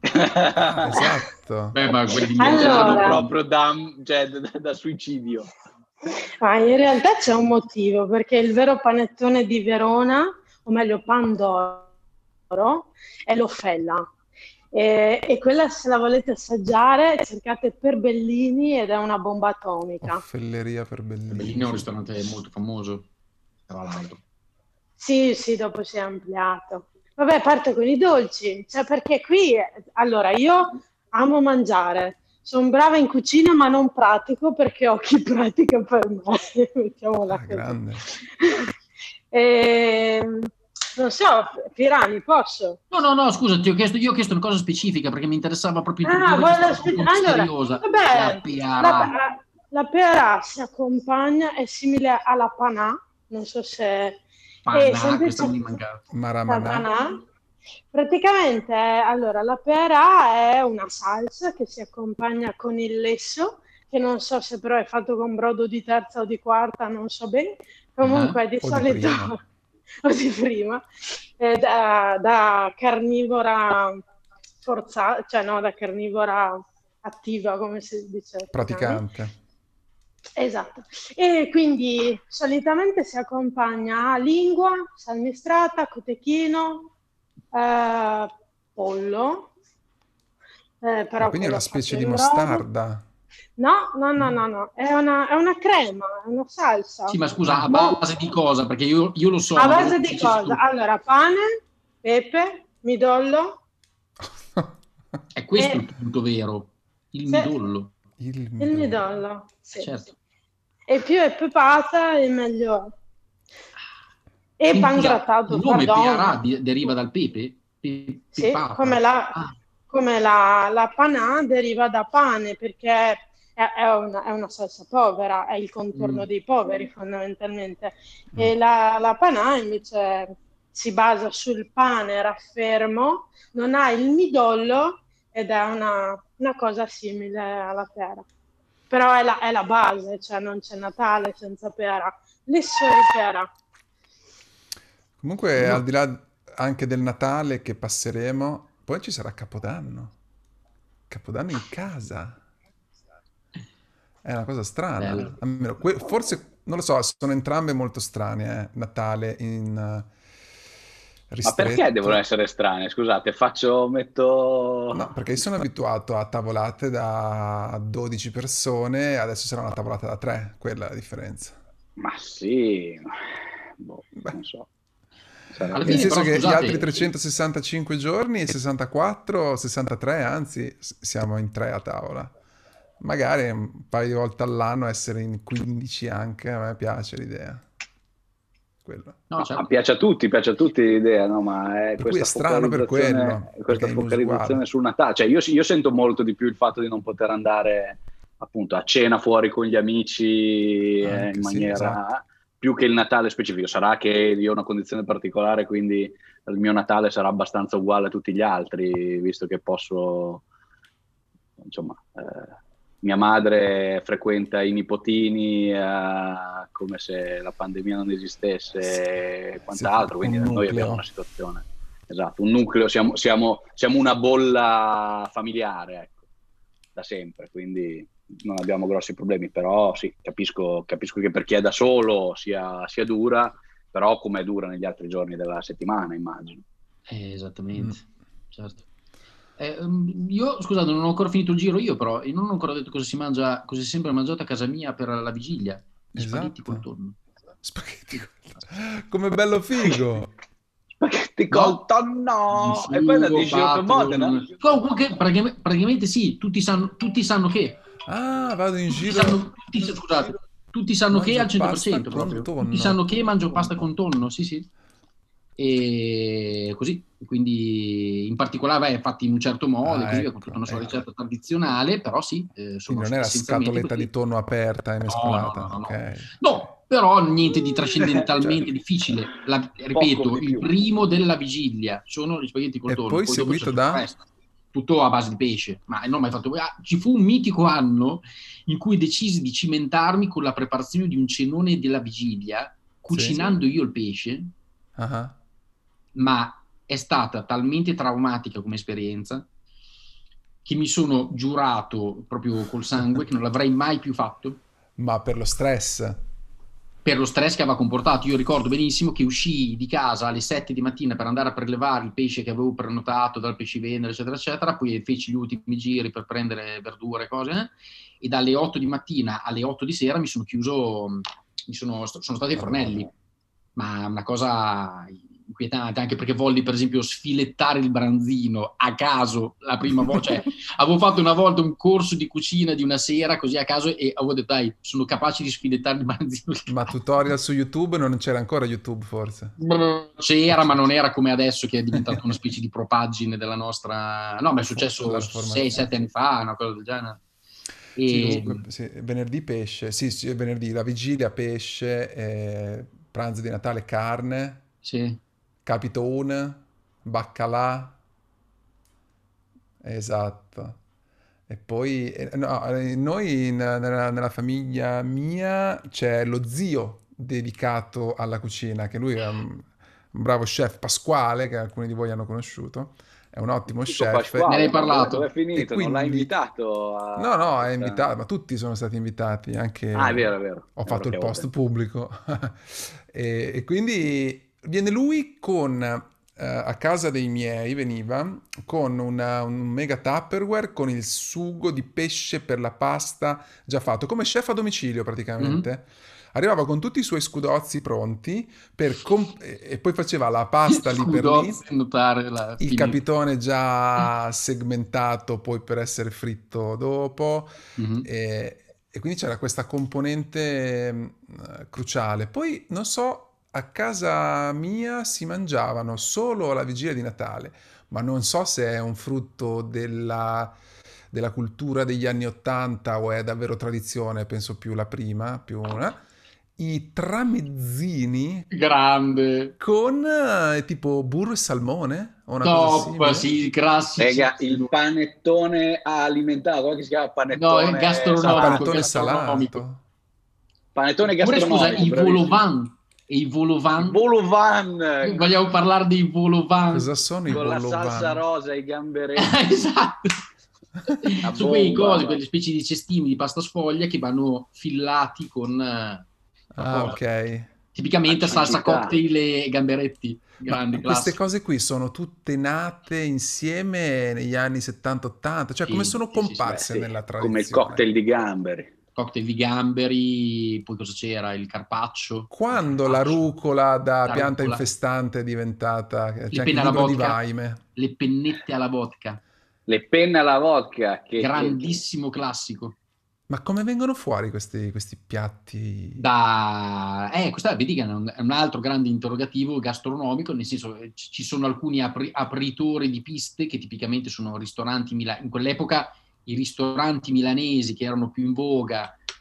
Esatto. Beh, ma quelli allora, proprio da, cioè, da, da suicidio. Ah, in realtà c'è un motivo, perché il vero panettone di Verona, o meglio Pandoro, è l'Offella. E, e quella, se la volete assaggiare, cercate Perbellini ed è una bomba atomica. Offelleria Perbellini. Perbellini è un ristorante molto famoso, tra l'altro. Sì, sì, dopo si è ampliato. Vabbè, parto con i dolci, cioè perché qui, allora, io amo mangiare, sono brava in cucina ma non pratico perché ho chi pratica per me, mettiamola ah, grande. E, non so, Pirani, posso? No, no, no, scusa, ti ho chiesto, io ho chiesto una cosa specifica perché mi interessava proprio il ah, la spe- allora, vabbè, la pearà. La, la pearà si accompagna, è simile alla panà, non so se... Panà, questo mi mancava. Maramanà. Praticamente, allora, la pearà è una salsa che si accompagna con il lesso, che non so se però è fatto con brodo di terza o di quarta, non so bene. Comunque, uh-huh. di o solito, di o di prima, eh, da, da carnivora forzata, cioè no, da carnivora attiva, come si dice. Praticante. Esatto, e quindi solitamente si accompagna a lingua, salmistrata, cotechino, eh, pollo. Eh, però quindi è una specie di mostarda? No, no, no, no, no, è una, è una crema, è una salsa. Sì, ma scusa, a base di cosa? Perché io, io lo so. A base di cosa? Allora, pane, pepe, midollo. È questo e... il punto vero, il sì. midollo. Il midollo, il midollo sì. Certo. E più è pepata e meglio è. E pangrattato. Il nome pearà deriva dal pepe? Pe- sì, come, la, ah. come la, la panà deriva da pane, perché è, è, una, è una salsa povera, è il contorno mm. dei poveri fondamentalmente. Mm. E la, la panà invece si basa sul pane raffermo, non ha il midollo ed è una, una cosa simile alla pera. Però è la, è la base, cioè non c'è Natale senza pera, lesso e pera. Comunque, no. Al di là anche del Natale che passeremo, poi ci sarà Capodanno. Capodanno in casa. È una cosa strana. Almeno, que- forse, non lo so, sono entrambe molto strane, eh? Natale in... Uh, ristretto. Ma perché devono essere strane? Scusate, faccio, metto... No, perché io sono abituato a tavolate da dodici persone, adesso sarà una tavolata da tre, quella è la differenza. Ma sì, boh, non so. Sarà... Nel senso che scusate, gli altri trecentosessantacinque giorni, sessantaquattro, sessantatré, anzi, siamo in tre a tavola. Magari un paio di volte all'anno essere in quindici anche, a me piace l'idea. Quello. No, certo. Ma piace a tutti, piace a tutti l'idea, no? Ma è per questa cui è strano per quello, questa focalizzazione sul Natale. Cioè io, io sento molto di più il fatto di non poter andare appunto a cena fuori con gli amici eh, in maniera... Sì, esatto. più che il Natale specifico. Sarà che io ho una condizione particolare, quindi il mio Natale sarà abbastanza uguale a tutti gli altri, visto che posso, insomma, eh, mia madre frequenta i nipotini eh, come se la pandemia non esistesse e quant'altro, quindi noi abbiamo una situazione, esatto, un nucleo, siamo, siamo, siamo una bolla familiare, ecco, da sempre, quindi non abbiamo grossi problemi, però sì, capisco, capisco che per chi è da solo sia, sia dura, però come è dura negli altri giorni della settimana, immagino. Eh, esattamente, mm. certo. Eh, io, scusate, non ho ancora finito il giro io, però, io non ho ancora detto cosa si mangia, cosa si è sempre mangiato a casa mia per la vigilia. Gli esatto. spaghetti col tonno. Spaghetti come bello figo! Spaghetti col tonno! E poi la dici per Modena? Comunque, praticamente, praticamente sì, tutti sanno, tutti sanno che... Ah, vado in tutti giro... Sanno, tutti, scusate, tutti sanno mangio che al cento per cento proprio. Tonno. Tutti sanno che mangio pasta con tonno, sì sì. E così, quindi in particolare è fatti in un certo modo, ah, così ecco, con tutta una sua ecco. ricetta tradizionale, però sì. Eh, sono quindi non è la scatoletta così. di tonno aperta e mescolata. No, no, no, okay. no. no, però niente di trascendentalmente difficile. La, ripeto, il primo della vigilia sono gli spaghetti col e tonno. poi poi seguito da... tutto a base di pesce, ma non ho mai fatto. Ah, ci fu un mitico anno in cui decisi di cimentarmi con la preparazione di un cenone della vigilia, cucinando sì. io il pesce. Uh-huh. Ma è stata talmente traumatica come esperienza che mi sono giurato proprio col sangue che non l'avrei mai più fatto. Ma per lo stress? Per lo stress che aveva comportato. Io ricordo benissimo che uscii di casa alle sette di mattina per andare a prelevare il pesce che avevo prenotato dal pescivendolo, eccetera, eccetera, poi feci gli ultimi giri per prendere verdure e cose, eh? E dalle otto di mattina alle otto di sera mi sono chiuso, mi sono, sono stati ai fornelli. Ma una cosa inquietante, anche perché volli per esempio sfilettare il branzino a caso la prima volta, cioè avevo fatto una volta un corso di cucina di una sera così a caso e avevo detto dai, sono capace di sfilettare il branzino. Ma tutorial su YouTube? Non c'era ancora YouTube forse? C'era, ma non era come adesso che è diventato una specie di propagine della nostra... No, ma è successo sei sette anni fa, una cosa del genere. E... Sì, comunque, sì, venerdì pesce, sì, sì, venerdì, la vigilia pesce, eh, pranzo di Natale carne, sì. Capitone, baccalà, esatto. E poi, no, noi in, nella, nella famiglia mia c'è lo zio dedicato alla cucina, che lui è un, un bravo chef, Pasquale, che alcuni di voi hanno conosciuto. È un ottimo chef. Pasquale, me ne hai parlato. Dove è finito? Quindi... Non l'hai invitato? A... No, no, è invitato, ma tutti sono stati invitati. Anche... Ah, è vero, è vero. Ho è fatto vero il post volte. pubblico. e, e quindi viene lui con, eh, a casa dei miei, veniva, con una, un mega Tupperware con il sugo di pesce per la pasta già fatto, come chef a domicilio praticamente. Mm-hmm. Arrivava con tutti i suoi scudozzi pronti per comp- e poi faceva la pasta lì per lì, notare la il capitone già segmentato poi per essere fritto dopo, mm-hmm. e, e quindi c'era questa componente uh, cruciale. Poi non so, a casa mia si mangiavano solo alla vigilia di Natale, ma non so se è un frutto della... della cultura degli anni Ottanta o è davvero tradizione, penso più la prima, più una. I tramezzini grande con eh, tipo burro e salmone o una top, cosa sì, classici. Rega, il panettone alimentato, come si chiama? Panettone, no, è gastronomico, ah, panettone gastronomico. salato. Panettone gastronomico. Scusa, i volovan e i volovan. Volovan. Vogliamo parlare dei volovan. Cosa sono i con volovan? Con la salsa rosa, i gamberetti. Esatto. Su quei cose, quelle specie di cestini di pasta sfoglia che vanno fillati con ah, ok. tipicamente salsa cocktail e gamberetti grandi. Ma queste cose qui sono tutte nate insieme negli anni settanta ottanta, cioè sì, come sono comparse sì, sì, nella tradizione? Come il cocktail di gamberi. Cocktail di gamberi, poi cosa c'era? Il carpaccio. Quando il carpaccio, la rucola da la pianta rucola. infestante è diventata... C'è anche il libro vodka, di Vaime. Le pennette alla vodka. Le penne alla vodka. Che, grandissimo che... classico. Ma come vengono fuori questi, questi piatti? Da... Eh, questa vedi che è un, è un altro grande interrogativo gastronomico, nel senso ci sono alcuni apri, apritori di piste che tipicamente sono ristoranti milanesi. In quell'epoca i ristoranti milanesi che erano più in voga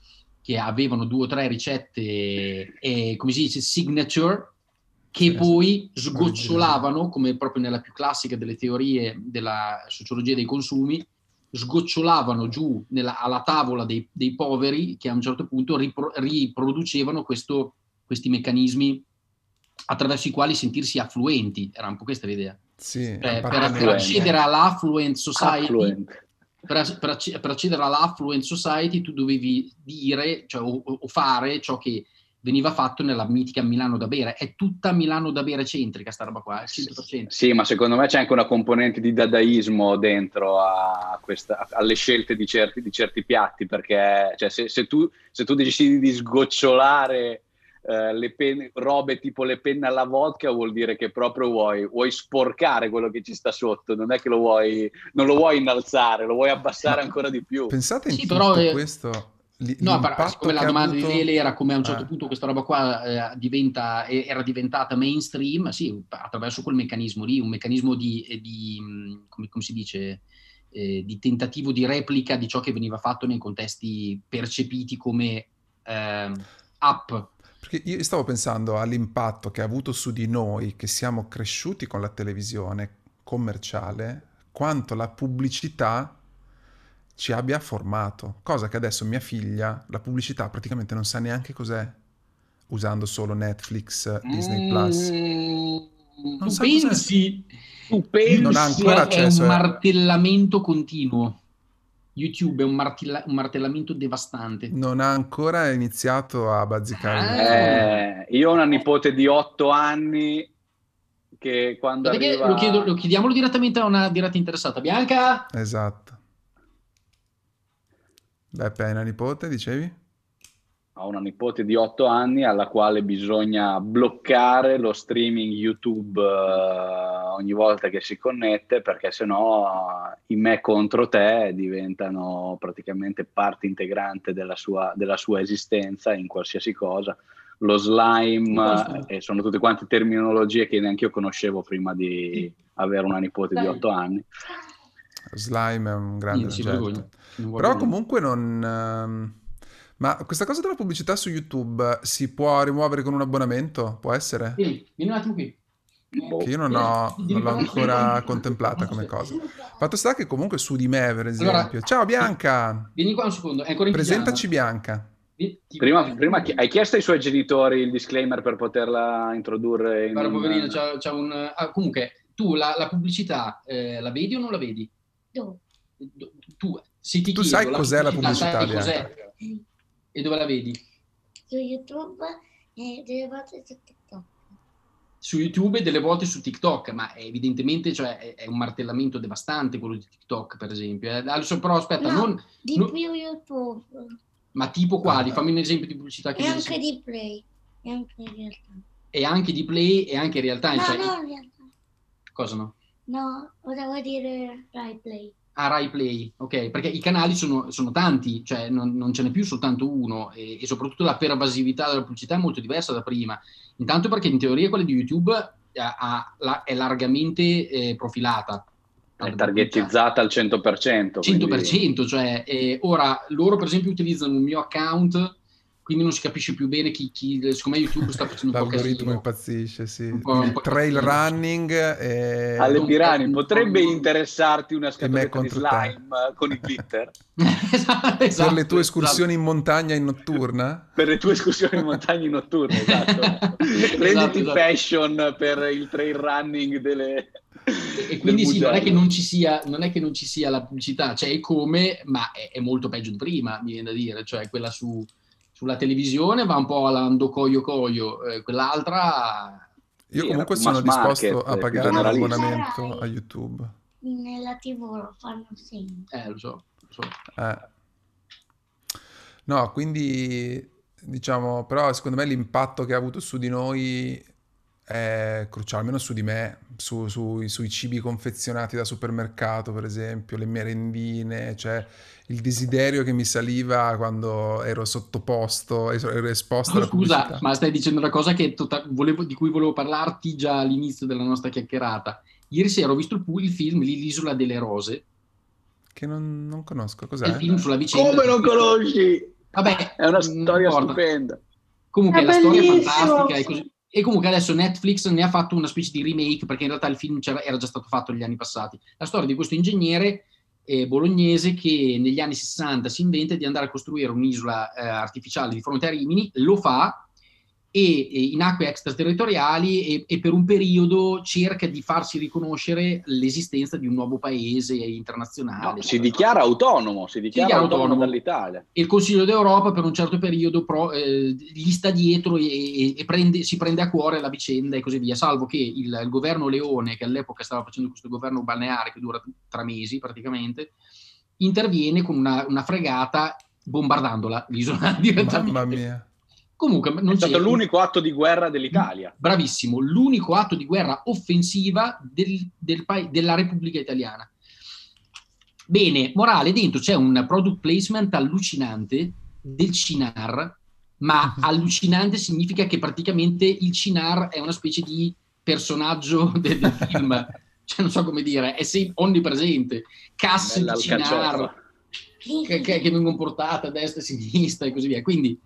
che avevano due o tre ricette, eh, come si dice, signature, che Sì, poi sì. sgocciolavano, come proprio nella più classica delle teorie della sociologia dei consumi, sgocciolavano giù nella, alla tavola dei, dei poveri, che a un certo punto ripro, riproducevano questo, questi meccanismi attraverso i quali sentirsi affluenti. Era un po' questa l'idea. Sì, Cioè, per, per appartenenti. accedere all'affluent society, Affluent. per, per, acc- per accedere all'affluent society tu dovevi dire, cioè, o, o fare ciò che veniva fatto nella mitica Milano da bere. È tutta Milano da bere centrica sta roba qua, al cento per cento. Sì, ma secondo me c'è anche una componente di dadaismo dentro a questa, alle scelte di certi, di certi piatti, perché cioè, se, se, tu, se tu decidi di sgocciolare eh, le penne, robe tipo le penne alla vodka, vuol dire che proprio vuoi, vuoi sporcare quello che ci sta sotto, non è che lo vuoi, non lo vuoi innalzare, lo vuoi abbassare ancora di più. Pensate in Sì, tutto però, eh, questo... L- No, però, l'impatto siccome la che ha domanda avuto... di Lele era come a un certo Eh. punto questa roba qua eh, diventa, eh, era diventata mainstream, sì, attraverso quel meccanismo lì, un meccanismo di, eh, di mh, come, come si dice, eh, di tentativo di replica di ciò che veniva fatto nei contesti percepiti come eh, app. Perché io stavo pensando all'impatto che ha avuto su di noi, che siamo cresciuti con la televisione commerciale, quanto la pubblicità ci abbia formato, cosa che adesso mia figlia, la pubblicità praticamente non sa neanche cos'è, usando solo Netflix, Disney Plus. Mm, Non tu sa cos'è. pensi, Tu pensi Non ha ancora è accesso un a- martellamento continuo. YouTube è un, martella- un martellamento devastante. Non ha ancora iniziato a bazzicare. Eh, io ho una nipote di otto anni che quando Guarda che arriva... lo, chiedo, lo chiediamolo direttamente a una diretta interessata. Bianca? Esatto. Beppe, hai una nipote, dicevi? Ho una nipote di otto anni alla quale bisogna bloccare lo streaming YouTube eh, ogni volta che si connette, perché sennò i me contro te diventano praticamente parte integrante della sua, della sua esistenza in qualsiasi cosa. Lo slime, eh, e sono tutte quante terminologie che neanche io conoscevo prima di avere una nipote di otto anni. Slime è un grande Niente, si oggetto. vergogna. Non voglio Però dire. comunque non... ehm, Ma questa cosa della pubblicità su YouTube si può rimuovere con un abbonamento? Può essere? Vieni, vieni un attimo qui. Boh. Che io non, ho, non l'ho ancora contemplata come cosa. Fatto sta che comunque su di me, per esempio... Allora, Ciao Bianca! Vieni qua un secondo, è ancora in Presentaci pigiama. Bianca. Vi- ti- Prima, prima chi- hai chiesto ai suoi genitori il disclaimer per poterla introdurre in Guarda, un- poverino, c'ha, c'ha un... ah, comunque, tu la, la pubblicità eh, la vedi o non la vedi? Dove? Tu, se ti Tu chiedo, sai cos'è la pubblicità, sai Bianca? cos'è? E dove la vedi? Su YouTube e delle volte su TikTok. Su YouTube e delle volte su TikTok, ma evidentemente cioè, è, è un martellamento devastante quello di TikTok, per esempio. Eh, adesso, però aspetta, No, non, di non- più YouTube. ma tipo quali? Ah. Fammi un esempio di pubblicità che E vedi anche su- di Play. E anche in realtà. e anche di Play e anche in realtà. No, cioè, no, in realtà. Cosa no? No, volevo dire Rai Play. Ah, Rai Play, ok, perché i canali sono, sono tanti, cioè non, non ce n'è più soltanto uno e, e soprattutto la pervasività della pubblicità è molto diversa da prima. Intanto perché in teoria quella di YouTube ha- ha- la- è largamente eh, profilata. è targetizzata al cento per cento. cento per quindi- cento, cioè eh, ora loro per esempio utilizzano il mio account, quindi non si capisce più bene chi, chi secondo me YouTube sta facendo un po' L'algoritmo casino. impazzisce, sì. Un po'- un Il po' trail casino. running e... Ale Non- Pirani, non- potrebbe non- interessarti una me scatoletta di contro te. slime con i glitter Esatto, Per esatto, le tue esatto. escursioni in montagna in notturna? per le tue escursioni in montagna notturne, esatto. Prenditi esatto. fashion per il trail running delle... E quindi del sì, non è, che Mugello. non, ci sia, non è che non ci sia la pubblicità, c'è il come, ma è, è molto peggio di prima, mi viene da dire, cioè quella su, sulla televisione va un po' all'ando coio coio, eh, quell'altra... Io Sì, comunque era sono mass market, disposto a più pagare generalista. l'abbonamento a YouTube. Nella tivù lo fanno sempre. Eh, lo so, lo so. Eh. No, quindi diciamo, però secondo me l'impatto che ha avuto su di noi è cruciale, almeno su di me, su- sui, sui cibi confezionati da supermercato, per esempio, le merendine, cioè il desiderio che mi saliva quando ero sottoposto, ero esposto alla Scusa, pubblicità. ma stai dicendo una cosa che tota- volevo- di cui volevo parlarti già all'inizio della nostra chiacchierata. Ieri sera ho visto il, pu- il film lì, L'Isola delle Rose, Che non, non conosco, è il cos'è? film sulla vicenda... Come non conosci? Vabbè, è una non storia importa. stupenda. Comunque È la storia è bellissimo. fantastica e così. E comunque adesso Netflix ne ha fatto una specie di remake, perché in realtà il film c'era- era già stato fatto negli anni passati. La storia di questo ingegnere eh, bolognese che negli anni sessanta si inventa di andare a costruire un'isola eh, artificiale di fronte a Rimini, lo fa e, e in acque extraterritoriali e, e per un periodo cerca di farsi riconoscere l'esistenza di un nuovo paese internazionale. No, si dichiara autonomo, si dichiara, dichiara autonomo, autonomo. dall'Italia. E il Consiglio d'Europa per un certo periodo pro, eh, gli sta dietro e, e- e prende- si prende a cuore la vicenda e così via, salvo che il, il governo Leone, che all'epoca stava facendo questo governo balneare che dura tre mesi praticamente, interviene con una, una fregata bombardandola l'isola direttamente. Mamma mia. Comunque non È stato c'è- l'unico atto di guerra dell'Italia. Bravissimo, l'unico atto di guerra offensiva del- del pa- della Repubblica Italiana. Bene, morale, dentro c'è un product placement allucinante del Cinar, ma allucinante significa che praticamente il Cinar è una specie di personaggio del, del film, cioè non so come dire, è sempre onnipresente, casse Bella di Cinar alcaccioffa. che, che- che vengono portate a destra e a sinistra e così via. Quindi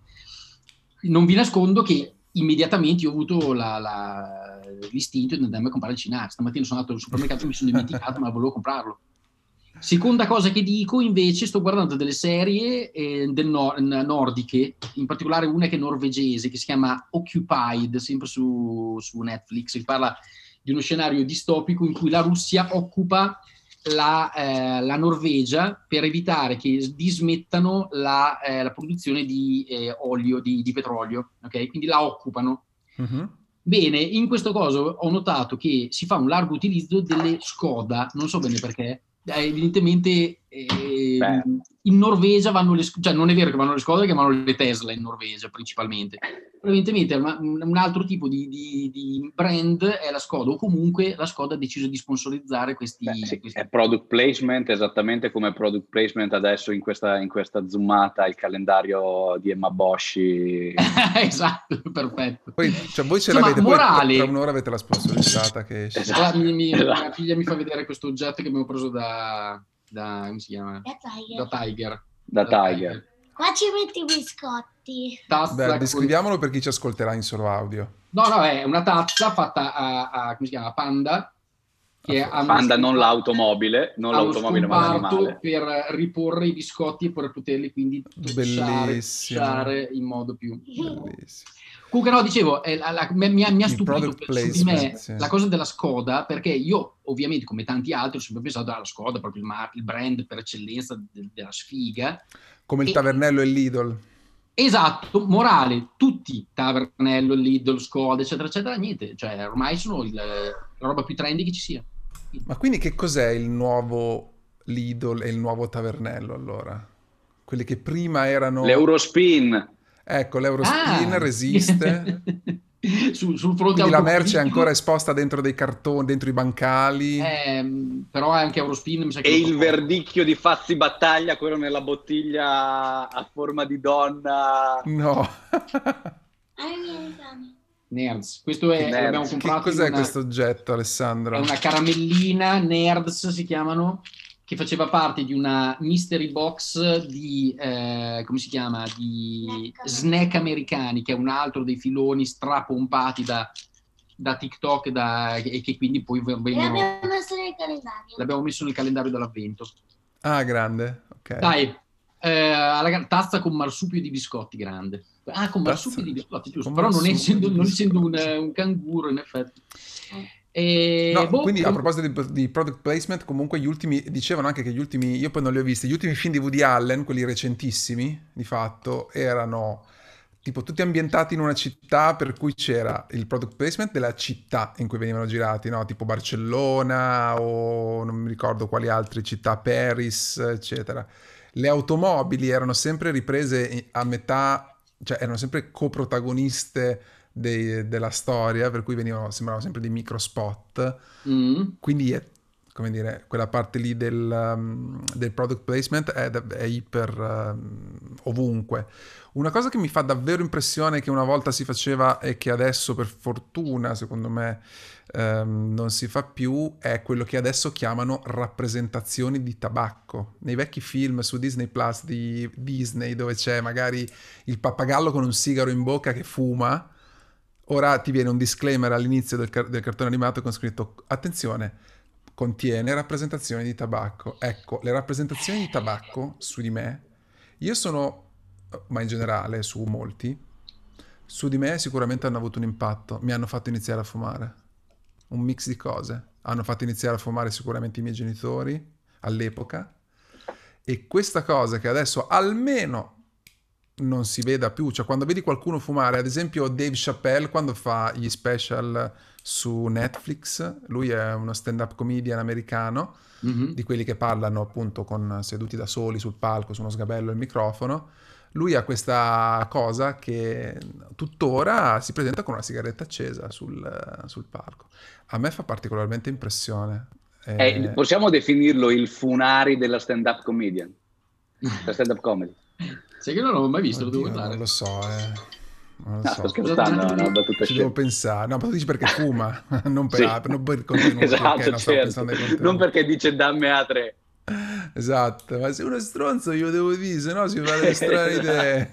non vi nascondo che immediatamente io ho avuto la- la- l'istinto di andarmi a comprare il Cinar. Stamattina sono andato al supermercato e mi sono dimenticato, ma volevo comprarlo. Seconda cosa che dico, invece, sto guardando delle serie eh, del nor- nordiche, in particolare una che è norvegese, che si chiama Occupied, sempre su, su Netflix, che parla di uno scenario distopico in cui la Russia occupa la, eh, la Norvegia per evitare che dismettano la, eh, la produzione di eh, olio, di, di petrolio, ok? Quindi la occupano. Mhm. Bene, in questo caso ho notato che si fa un largo utilizzo delle Skoda, non so bene perché, eh, evidentemente eh, Beh. in Norvegia vanno le, cioè non è vero che vanno le Skoda, che vanno le Tesla in Norvegia principalmente. Però evidentemente una- un, un altro tipo di, di- di brand è la Skoda, o comunque la Skoda ha deciso di sponsorizzare questi... Beh, sì, questi- è product placement, esattamente come product placement adesso in questa, in questa zoomata, il calendario di Emma Boschi. Esatto, perfetto. Poi, cioè, voi ce Insomma, l'avete, poi tra- morale- tra un'ora avete la sponsorizzata che esce. Esatto. Allora, mi- mi- Esatto. mia figlia mi fa vedere questo oggetto che abbiamo preso da, da come si chiama? Da Tiger. Da Tiger. Da Tiger. Qua ci metti i biscotti. Tazza Beh, con- descriviamolo per chi ci ascolterà in solo audio. No, no, è una tazza fatta a, a- come si chiama? Panda. Che ha uno Panda, non scomparto- l'automobile, non ha uno l'automobile, ma scomparto l'animale. per riporre i biscotti e per poterli quindi tosciare, Bellissimo. tosciare in modo più... Bellissimo. Comunque no, dicevo, eh, la- la- mi, mi ha- mi ha Il stupito product su di me placement, sì. la cosa della Skoda, perché io ovviamente come tanti altri ho sempre pensato alla Skoda, proprio il, mar- il brand per eccellenza de- della sfiga. Come il E- tavernello e l'Idol. Esatto, morale, tutti, Tavernello, Lidl, Skoda, eccetera, eccetera, niente, cioè ormai sono il- la roba più trendy che ci sia. Ma quindi che cos'è il nuovo Lidl e il nuovo tavernello allora? Quelli che prima erano... L'Eurospin. Ecco, l'Eurospin Ah! resiste. sul, sul fronte Quindi la merce è automobilistico, ancora esposta dentro dei cartoni, dentro i bancali. ehm, però anche Eurospin mi sa che E lo il tocco. verdicchio di Fazzi Battaglia, quello nella bottiglia a forma di donna. No. A me viene fame. Nerds, questo è, Nerds. l'abbiamo Che comprato cos'è in una, questo oggetto, Alessandro? è una caramellina, Nerds si chiamano, che faceva parte di una mystery box di, eh, come si chiama, di Snack. snack americani, che è un altro dei filoni strapompati da, da TikTok da, e che quindi poi E vengono, l'abbiamo messo nel calendario. l'abbiamo messo nel calendario dell'avvento. Ah, grande. Ok. Dai, eh, alla tazza con marsupio di biscotti grande. Ah, con Tazza marsupio di biscotti, giusto. con Però non marsupio essendo, di non essendo un, biscotti. un canguro, in effetti. E, No, boh, quindi a com- proposito di, di product placement, comunque gli ultimi, dicevano anche che gli ultimi, io poi non li ho visti, gli ultimi film di Woody Allen, quelli recentissimi, di fatto, erano tipo tutti ambientati in una città per cui c'era il product placement della città in cui venivano girati, no? Tipo Barcellona o non mi ricordo quali altre città, Paris, eccetera. Le automobili erano sempre riprese a metà, cioè erano sempre coprotagoniste dei- della storia, per cui venivano, sembravano sempre dei micro spot. Mm. Quindi è come dire, quella parte lì del, um, del product placement è, è iper um, ovunque. Una cosa che mi fa davvero impressione, che una volta si faceva e che adesso per fortuna secondo me um, non si fa più, è quello che adesso chiamano rappresentazioni di tabacco. Nei vecchi film su Disney Plus di Disney, dove c'è magari il pappagallo con un sigaro in bocca che fuma, ora ti viene un disclaimer all'inizio del, car- del cartone animato con scritto attenzione, contiene rappresentazioni di tabacco. Ecco, le rappresentazioni di tabacco su di me, io sono, ma in generale su molti, su di me sicuramente hanno avuto un impatto, mi hanno fatto iniziare a fumare. Un mix di cose. Hanno fatto iniziare a fumare sicuramente i miei genitori all'epoca, e questa cosa che adesso almeno non si veda più, cioè quando vedi qualcuno fumare, ad esempio Dave Chappelle quando fa gli special su Netflix, lui è uno stand-up comedian americano, mm-hmm. di quelli che parlano appunto con seduti da soli sul palco, su uno sgabello e il microfono. Lui ha questa cosa che tuttora si presenta con una sigaretta accesa sul, sul palco. A me fa particolarmente impressione. Eh, eh, possiamo definirlo il Funari della stand-up comedian, la stand-up comedy. Sai che non l'ho mai visto, Oddio, lo devo guardare. Non lo so, eh. Non lo no, so. Sto scherzando, no, battuta ci devo pensare. No, ma tu dici perché fuma, non per, sì. ah, non per contenuti. Esatto, perché non, certo. Non perché dice damme a tre. Esatto, ma se uno è stronzo io devo dire, se no si fa delle strane idee.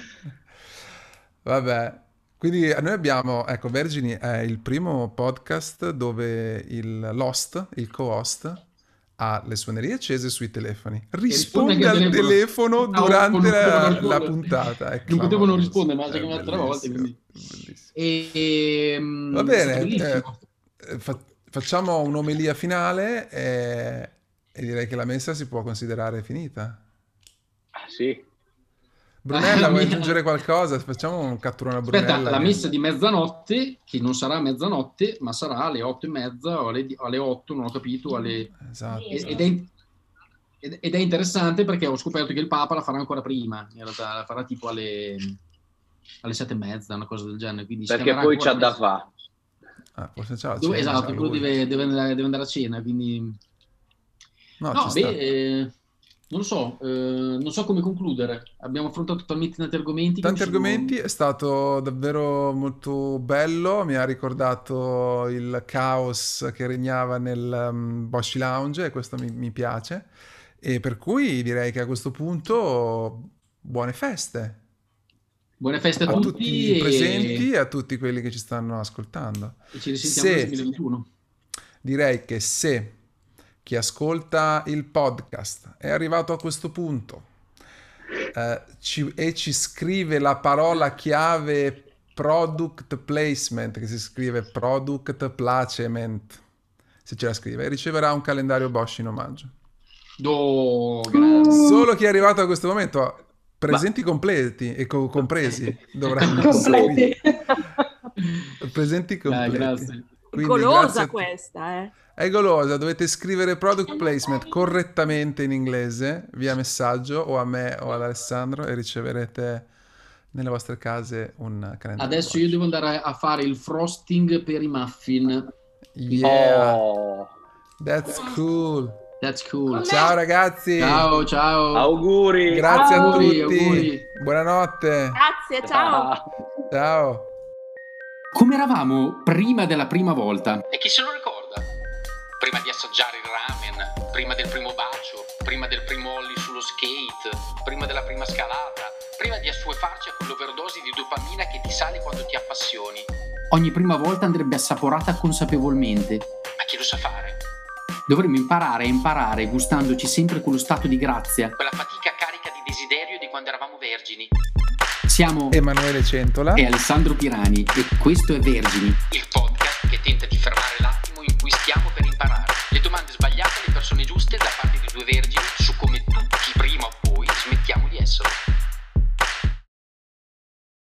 Vabbè, quindi noi abbiamo, ecco, Vergini è il primo podcast dove il l'host, il co-host, ha le suonerie accese sui telefoni, risponde al telefono, telefono durante la, la puntata. È non potevo non rispondere, ma già che un'altra volta. Quindi. E, va bene, eh, fa, facciamo un'omelia finale e, e direi che la messa si può considerare finita. Ah, sì. Brunella, vuoi aggiungere qualcosa? Facciamo un catturone a Brunella. Aspetta, la messa di mezzanotte, che non sarà mezzanotte, ma sarà alle otto e mezza o alle, alle otto, non ho capito. Alle... Esatto. Ed, è, ed è interessante perché ho scoperto che il Papa la farà ancora prima. In realtà la farà tipo alle, alle sette e mezza, una cosa del genere. Quindi perché poi c'ha da fare. Ah, forse c'ha Dove, cena, esatto, quello deve, deve, andare, deve andare a cena. Quindi... No, no beh... Eh... Non lo so, eh, non so come concludere. Abbiamo affrontato talmente tanti argomenti. Tanti sono... argomenti, è stato davvero molto bello. Mi ha ricordato il caos che regnava nel um, Boschi Lounge e questo mi, mi piace. E per cui direi che a questo punto buone feste. Buone feste a, a tutti, tutti i presenti e a tutti quelli che ci stanno ascoltando. E ci risentiamo nel duemilaventuno. Direi che se chi ascolta il podcast è arrivato a questo punto eh, ci, e ci scrive la parola chiave product placement, che si scrive product placement, se ce la scrive, riceverà un calendario Bosch in omaggio. Oh, grazie. Solo chi è arrivato a questo momento, presenti Ma... completi e co- compresi dovranno completi. presenti completi. Ah, grazie. Quindi, golosa questa, eh. È golosa, dovete scrivere product placement correttamente in inglese via messaggio o a me o ad Alessandro e riceverete nelle vostre case un calendario. Adesso io devo andare a fare il frosting per i muffin. Yeah, oh. That's cool. That's cool. Ciao ragazzi. Ciao, ciao. Auguri. Grazie auguri, a tutti. Auguri. Buonanotte. Grazie, ciao. Ciao. Come eravamo prima della prima volta? E chi se lo ricorda? Prima di assaggiare il ramen, prima del primo bacio, prima del primo ollie sullo skate, prima della prima scalata, prima di assuefarci a quell'overdosi di dopamina che ti sale quando ti appassioni. Ogni prima volta andrebbe assaporata consapevolmente. Ma chi lo sa fare? Dovremmo imparare a imparare gustandoci sempre quello stato di grazia, quella fatica carica di desiderio di quando eravamo vergini. Siamo Emanuele Centola e Alessandro Pirani e questo è Vergini, il podcast che tenta di fermare